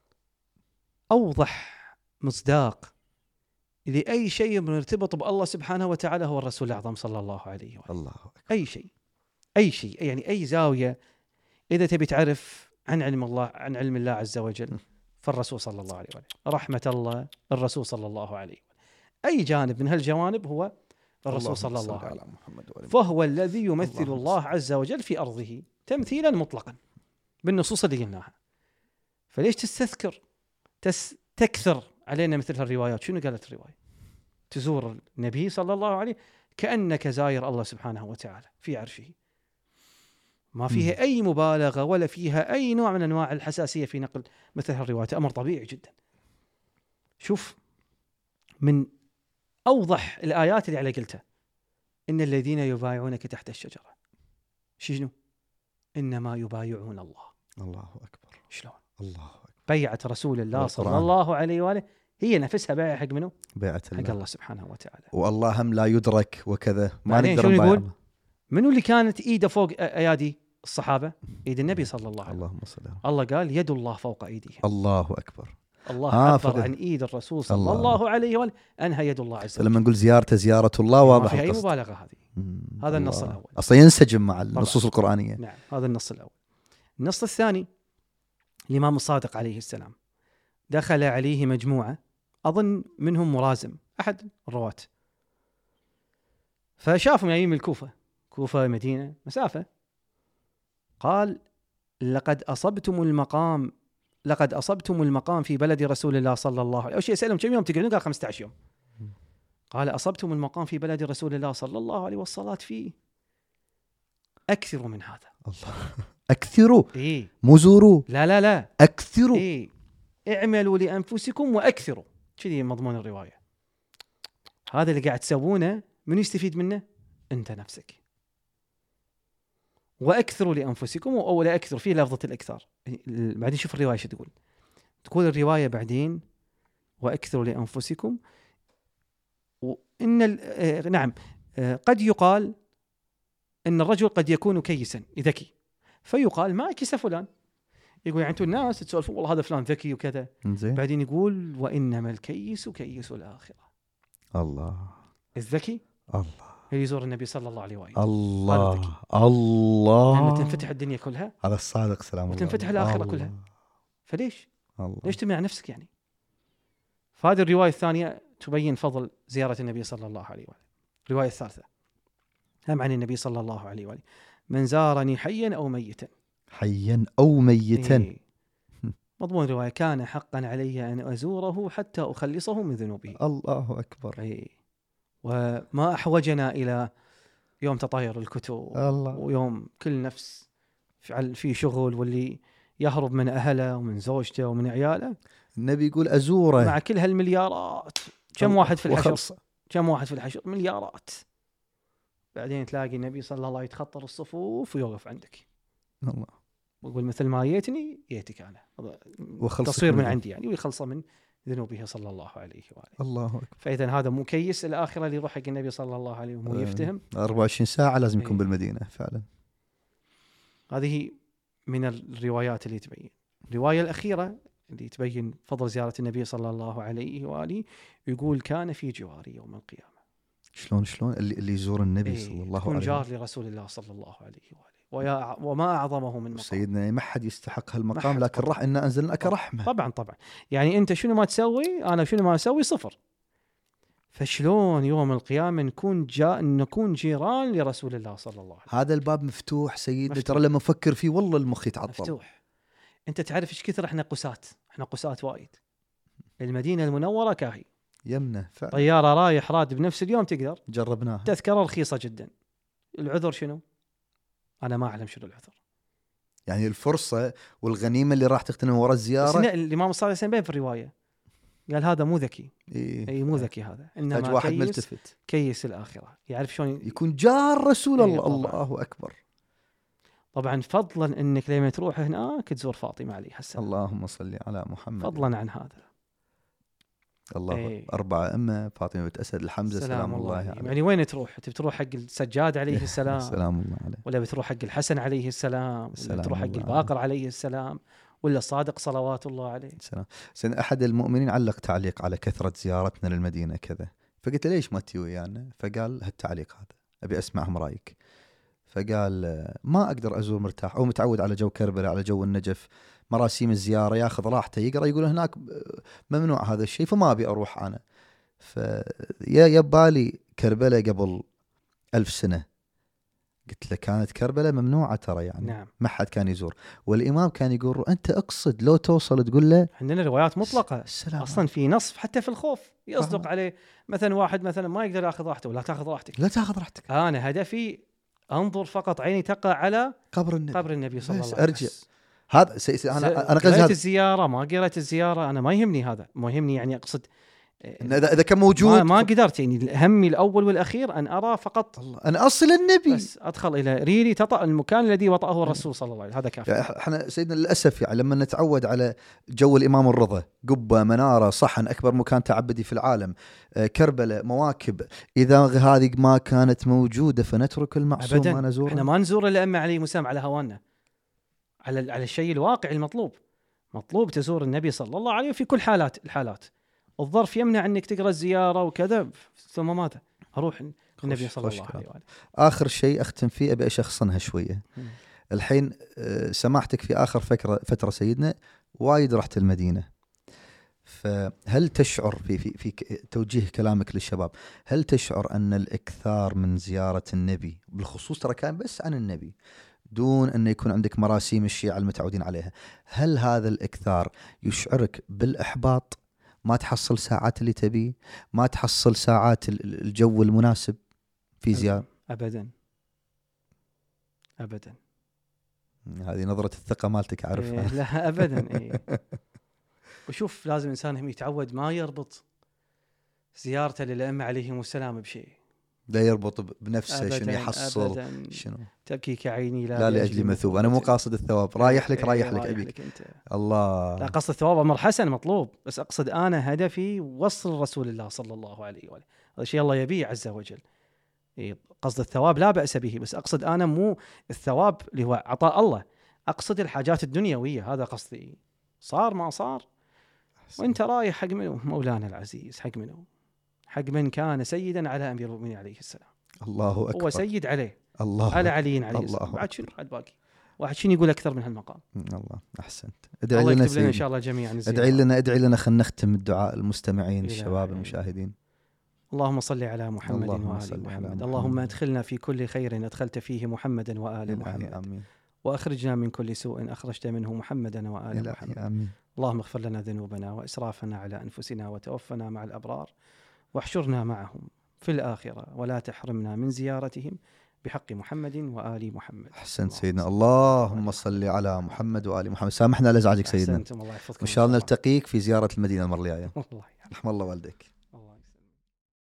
أوضح مصداق لأي شيء مرتبط بالله سبحانه وتعالى هو الرسول الأعظم صلى الله عليه وآله. الله. أي شيء يعني أي زاوية إذا تبي تعرف عن علم الله، عن علم الله عز وجل، فالرسول صلى الله عليه وآله. رحمة الله الرسول صلى الله عليه وآله. أي جانب من هالجوانب هو الرسول صلى الله عليه وسلم، فهو الذي يمثل الله عز وجل في أرضه تمثيلا مطلقا بالنصوص اللي قلناها. فليش تكثر علينا مثل هالروايات؟ شنو قالت الرواية؟ تزور النبي صلى الله عليه كأنك زاير الله سبحانه وتعالى في عرشه، ما فيها أي مبالغة ولا فيها أي نوع من أنواع الحساسية في نقل مثل هالروايات، أمر طبيعي جدا. شوف من أوضح الآيات اللي على قلتها، إن الذين يبايعونك تحت الشجرة شنو؟ إنما يبايعون الله. الله أكبر. شلون؟ الله أكبر. بيعة رسول الله صلى الله عليه وآله هي نفسها بيعة حق منه؟ بيعة الله. حق الله سبحانه وتعالى. والله هم لا يدرك وكذا، ما بعدين نقدر شو نبايع. يقول؟ منو اللي كانت إيده فوق أيادي الصحابة؟ إيد النبي صلى الله عليه وسلم. اللهم صل على الله قال يد الله فوق أيديهم. الله أكبر. الله عبر عن إيد الرسول صلى الله عليه وآله أنها يد الله عز وجل. فلما نقول زيارته زيارة الله واضح ما في أي القصد. مبالغة هذه. هذا النص الأول أصلا ينسجم مع النصوص القرآنية. نعم، هذا النص الأول. النص الثاني، الإمام الصادق عليه السلام دخل عليه مجموعة أظن منهم مرازم أحد الرواة، فشافهم جايين من الكوفة، كوفة مدينة مسافة، قال لقد أصبتم المقام في بلد رسول الله صلى الله عليه وسلم. أول شيء يسألهم كم يوم تقعدون؟ قال 15 يوم. قال أصبتم المقام في بلد رسول الله صلى الله عليه والصلاة فيه، أكثروا من هذا. الله. أكثروا. إيه. مو زوروا. لا أكثروا. إيه. اعملوا لأنفسكم وأكثروا. كذي مضمون الرواية. هذا اللي قاعد تسوونه من يستفيد منه؟ أنت نفسك. وأكثروا لأنفسكم، أو لا أكثر فيه لفظة الإكثار. بعدين شوف الرواية شو تقول الرواية بعدين وأكثروا لأنفسكم. نعم، قد يقال أن الرجل قد يكون كيسا ذكي، فيقال ما كيس فلان. يقول يعني أنتم الناس تسولفون والله هذا فلان ذكي وكذا، بعدين يقول وإنما الكيس كيس الآخرة. الله. الذكي الله اللي يزور النبي صلى الله عليه وآله. الله لما تنفتح الدنيا كلها، هذا الصادق سلام الله، وتنفتح الآخرة الله. كلها، فليش؟ الله. ليش تمنع نفسك يعني؟ فهذه الرواية الثانية تبين فضل زيارة النبي صلى الله عليه وآله. الرواية الثالثة هم عن النبي صلى الله عليه وآله: من زارني حيا أو ميتا. حيا أو ميتا. إيه. مضمون الرواية: كان حقا علي أن أزوره حتى أخلصه من ذنوبه. الله أكبر. إيه. وما أحوجنا إلى يوم تطاير الكتب الله. ويوم كل نفس في شغل، واللي يهرب من أهله ومن زوجته ومن عياله. النبي يقول أزوره مع كل هالمليارات، كم واحد في الحشر؟ كم واحد في الحشر؟ مليارات. بعدين تلاقي النبي صلى الله عليه وسلم يتخطر الصفوف ويوقف عندك. الله. ويقول مثل ما جيتني جيتك أنا، تصوير من عندي يعني، ويخلص من ذنوبه صلى الله عليه وآله. الله أكبر. فإذا هذا مكيس الآخرة اللي يروح حق النبي صلى الله عليه وسلم ويفتهم 24 ساعة لازم يكون بالمدينة فعلا. هذه من الروايات اللي تبين. الرواية الأخيرة اللي تبين فضل زيارة النبي صلى الله عليه وآله، يقول: كان في جواري يوم القيامة. شلون اللي يزور النبي صلى الله عليه وسلم، جار لرسول الله صلى الله عليه وآله، وما أعظمه من مقام. سيدنا ما حد يستحق هالمقام، لكن إنا أنزلناك رحمة. طبعا يعني أنت شنو ما تسوي أنا شنو ما أسوي صفر. فشلون يوم القيامة نكون جيران لرسول الله صلى الله عليه وسلم؟ هذا الباب مفتوح سيدنا، ترى لما أفكر فيه والله المخ يتعطل. مفتوح. أنت تعرف إيش كثر إحنا قساة وايد. المدينة المنورة كاهي يمنه فعلا. طيارة رايح راد بنفس اليوم تقدر، جربناها، تذكرة رخيصة جدا. العذر شنو؟ أنا ما أعلم شنو العذر. يعني الفرصة والغنيمة اللي راح تغتنم وراء الزيارة. الإمام صلى الله عليه وسلم بين في الرواية قال هذا مو ذكي. إيه مو ذكي هذا، إنما واحد ملتفت كيس الآخرة، يعرف شلون يكون جار رسول الله. الله أكبر. طبعا فضلا انك لما تروح هناك تزور فاطمه عليها السلام. اللهم صل على محمد. فضلا عن هذا الله 4 أمة: فاطمة بنت أسد، الحمزة سلام الله عليه. يعني وين تروح؟ تروح حق السجاد عليه السلام سلام الله عليه، ولا بتروح حق الحسن عليه السلام، ولا بتروح حق الباقر عليه السلام، ولا الصادق صلوات الله عليه السلام. أحد المؤمنين علق تعليق على كثرة زيارتنا للمدينة كذا، فقلت ليش ما تجي ويانا؟ فقال هالتعليق هذا أبي أسمعهم رأيك. فقال ما أقدر أزور مرتاح، أو متعود على جو كربلاء، على جو النجف، مراسيم الزيارة، ياخذ راحته يقرأ، يقول هناك ممنوع هذا الشيء، فما أبي أروح أنا. فيا بالي كربلاء قبل 1000 سنة، قلت له كانت كربلاء ممنوعة ترى، يعني نعم. ما حد كان يزور، والإمام كان يقول أنت اقصد، لو توصل تقول له عندنا روايات مطلقة السلام اصلا في نص حتى في الخوف يصدق آه. عليه، مثلا واحد مثلا ما يقدر ياخذ راحته، ولا تاخذ راحتك، لا تاخذ راحتك، انا هدفي انظر فقط، عيني تقع على قبر النبي، قبر النبي صلى الله عليه أرجع. وسلم. هذا أنا قصدي قريت هذا، الزياره ما قريت الزياره انا ما يهمني، هذا ما يهمني، يعني اقصد إن إذا كان موجود ما قدرت، يعني همي الاول والاخير ان ارى فقط، الله أنا أصل النبي، بس ادخل الى ريلي تطأ المكان الذي وطأه الرسول صلى الله عليه وسلم، هذا كافي. يعني احنا سيدنا للاسف يعني لما نتعود على جو الامام الرضا، قبه، مناره، صحن، اكبر مكان تعبدي في العالم، كربلاء، مواكب، اذا هذه ما كانت موجوده فنترك المعصوم ما نزوره. احنا ما نزور الائمه عليهم السلام على هوانا، على الشيء الواقعي المطلوب، مطلوب تزور النبي صلى الله عليه في كل الحالات. الظرف يمنع انك تقرا الزياره وكذا، ثم ماذا؟ اروح النبي صلى الله عليه وآله. اخر شيء اختم فيه ابي اشخصنها شويه. الحين سماحتك في اخر فتره سيدنا وايد رحت المدينه، فهل تشعر في توجيه كلامك للشباب، هل تشعر ان الاكثار من زياره النبي بالخصوص، ترى كان بس عن النبي دون أن يكون عندك مراسيم الشيعة المتعودين عليها، هل هذا الإكثار يشعرك بالإحباط؟ ما تحصل ساعات اللي تبيه، ما تحصل ساعات الجو المناسب في زيارة؟ أبدا. هذه نظرة الثقة مالتك أعرفها. لا أبدا. وشوف لازم الإنسان هم يتعود ما يربط زيارته للأئمة عليهم السلام بشيء، لا يربط بنفسه شنو يحصل، شنو تبكي كعيني لا لأجل مثوب، أنا مو قاصد الثواب، رايح لك أبيك الله، لا قصد الثواب أمر حسن مطلوب، بس أقصد أنا هدفي وصل رسول الله صلى الله عليه وآله، هذا شيء الله يبيه عز وجل. قصد الثواب لا بأس به، بس أقصد أنا مو الثواب اللي هو عطاء الله، أقصد الحاجات الدنيوية، هذا قصدي. صار ما صار وانت رايح حق منه مولانا العزيز، حق منه، حق من كان سيدا على أمير المؤمنين عليه السلام، الله أكبر، هو سيد عليه، الله على علي عليه السلام، بعد شنو بعد باقي واحد شنو يقول أكثر من هالمقام؟ الله أحسنت. الله يكتب لنا إن شاء الله جميعا. ادعي لنا خلينا نختم الدعاء المستمعين الشباب المشاهدين. اللهم صل على محمد وآل محمد. اللهم ادخلنا في كل خير أدخلت فيه محمدا وآل محمد، آمين. وأخرجنا من كل سوء أخرجت منه محمدا وآل محمد، آمين. اللهم اغفر لنا ذنوبنا وإسرافنا على أنفسنا، وتوفنا مع الأبرار، واحشرنا معهم في الآخرة، ولا تحرمنا من زيارتهم بحق محمد وآل محمد. أحسنت سيدنا، اللهم صل على محمد وآل محمد. سامحنا على إزعاجك سيدنا، الله يحفظكم، إن شاء الله نلتقيك في زيارة المدينة المرة الجاية. والله رحم الله والديك.